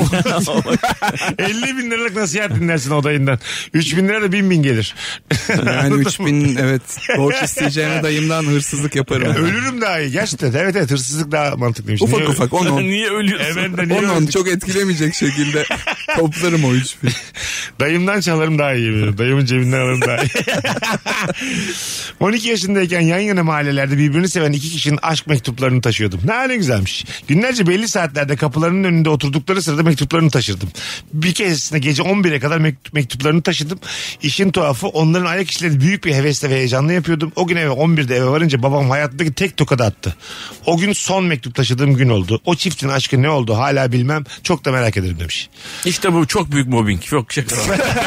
elli bin liralık nasihat dinlersin o dayından. üç bin lira da bin bin gelir. Yani üç bin evet borç isteyeceğime dayımdan hırsızlık yaparım. Ya ölürüm daha iyi. Gerçekten evet evet hırsızlık daha mantıklıymış. Ufak Niye- ufak on on. Niye ölüyorsun? Hemen de niye on on öldük? çok etkilemeyecek şekilde toplarım o üç bin. Dayımdan çalarım daha iyi. yemin ederim. Dayımın cebinden alırım daha iyi. on iki yaşındayken yan yana mahallelerde birbirini seven iki kişinin aşk mektuplarını taşıyordum. Ne ne güzelmiş. Günlerce belli saatlerde kapılarının önünde oturdukları sırada mektuplarını taşırdım. Bir keresinde gece on bire kadar mektup, mektuplarını taşıdım. İşin tuhafı onların ayak işlerini büyük bir hevesle ve heyecanla yapıyordum. O gün eve on birde eve varınca babam hayattaki tek tokadı attı. O gün son mektup taşıdığım gün oldu. O çiftin aşkı ne oldu hala bilmem. Çok da merak ederim demiş. İşte bu çok büyük mobbing. Çok şaka.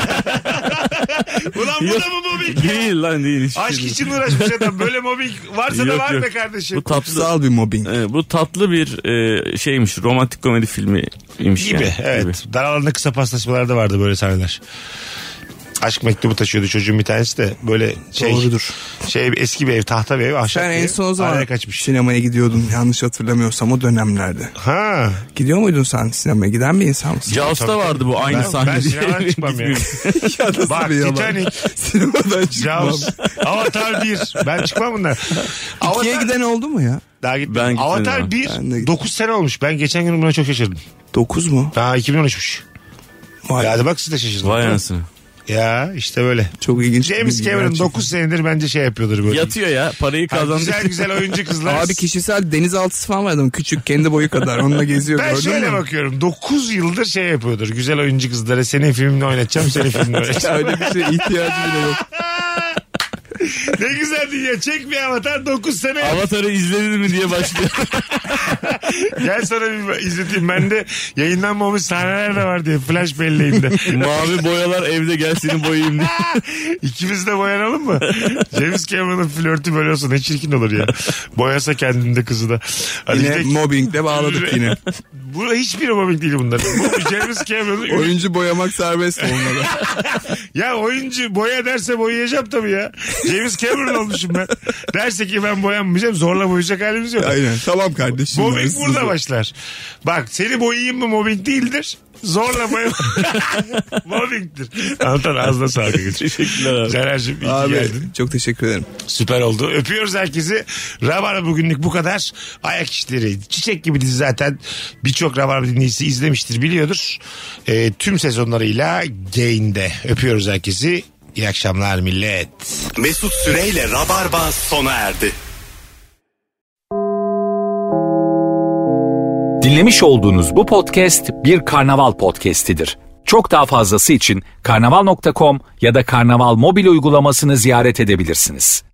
Ulan bu da mı mobbing ya? Değil lan değil. hiçbir Aşk şey değil. için uğraşmış adam. Böyle mobbing varsa da Yok, var yok. be kardeşim. Bu tatlı, Kutsal bir mobbing. e, bu tatlı bir e, şeymiş. Romantik komedi filmiymiş. Gibi yani. evet. Gibi. Dar alanda kısa paslaşmalarda vardı böyle sahneler. Aşk mektubu taşıyordu çocuğun bir tanesi de böyle şey. Doğrudur. Şey eski bir ev tahta bir ev ahşap Sen bir en ev. son o zaman Araya kaçmış. sinemaya gidiyordun yanlış hatırlamıyorsam o dönemlerde. Ha. Gidiyor muydun sen sinemaya giden bir insan mısın? Jaws'ta vardı bu aynı Ben- sahne. ben diye. sinemadan çıkmam ya. Ya nasıl Bak bir yalan? Titanic, Sinemadan çıkmam. Jaws, Avatar bir. Ben çıkmam bunlar. İkiye Avatar, giden oldu mu ya? daha gitmedim. Ben gitmedim Avatar ama. bir Ben de gittim. dokuz sene olmuş. Ben geçen gün buna çok şaşırdım. Dokuz mu? Daha iki bin on üçmüş. Vay. Ya hadi bak siz de şaşırdınız. Vay anasını. Ya işte böyle. Çok ilginç. James bir Cameron gerçekten. dokuz senedir bence şey yapıyordur böyle. Yatıyor ya parayı Ha, kazandı. güzel güzel oyuncu kızlar. Abi kişisel denizaltısı falan var adamın. Küçük kendi boyu kadar. Onunla geziyor Ben gördün şöyle mü? bakıyorum. dokuz yıldır şey yapıyordur. Güzel oyuncu kızlara senin filmini oynatacağım, senin filmini oynatacağım. Öyle bir şey ihtiyacı bile yok. Ne güzel dünya. Çek bir Avatar dokuz sene. Avatar'ı izledin mi diye başlıyor. Gel sana bir izleteyim. Ben de yayınlanmamış sahneler de var diye. Flash belleğimde. Mavi boyalar evde gel seni boyayayım diye. İkimiz de boyanalım mı? James Cameron'ın flörtü böyle olsa ne çirkin olur ya. Boyasa kendinde kızı da. Hadi Yine gidelim. mobbingle bağladık yine. Bu hiçbir mobbing değil bunlar. Bu James Cameron'ın Oyuncu boyamak serbest olmalı. ya oyuncu boya derse boyayacağım tabii ya. James Cameron olmuşum ben. Derse ki ben boyanmayacağım zorla boyayacak halimiz yok. Aynen tamam kardeşim. Mobbing Hırsızlık. burada başlar. Bak seni boyayayım mı mobbing değildir. Zorla boyama. Mobbingdir. Anlatan ağzına sağlık. Teşekkürler abi. Caner'cim iyi ki Abi geldin. çok teşekkür ederim. Süper oldu. Öpüyoruz herkesi. Rabarba bugünlük bu kadar. Ayak işleri. Çiçek gibi dizi zaten birçok Rabarba dinleyicisi izlemiştir biliyordur. Ee, tüm sezonlarıyla Gain'de. Öpüyoruz herkesi. İyi akşamlar millet. Mesut Süreyle Rabarba sona erdi. Dinlemiş olduğunuz bu podcast bir karnaval podcastidir. Çok daha fazlası için karnaval nokta com ya da karnaval mobil uygulamasını ziyaret edebilirsiniz.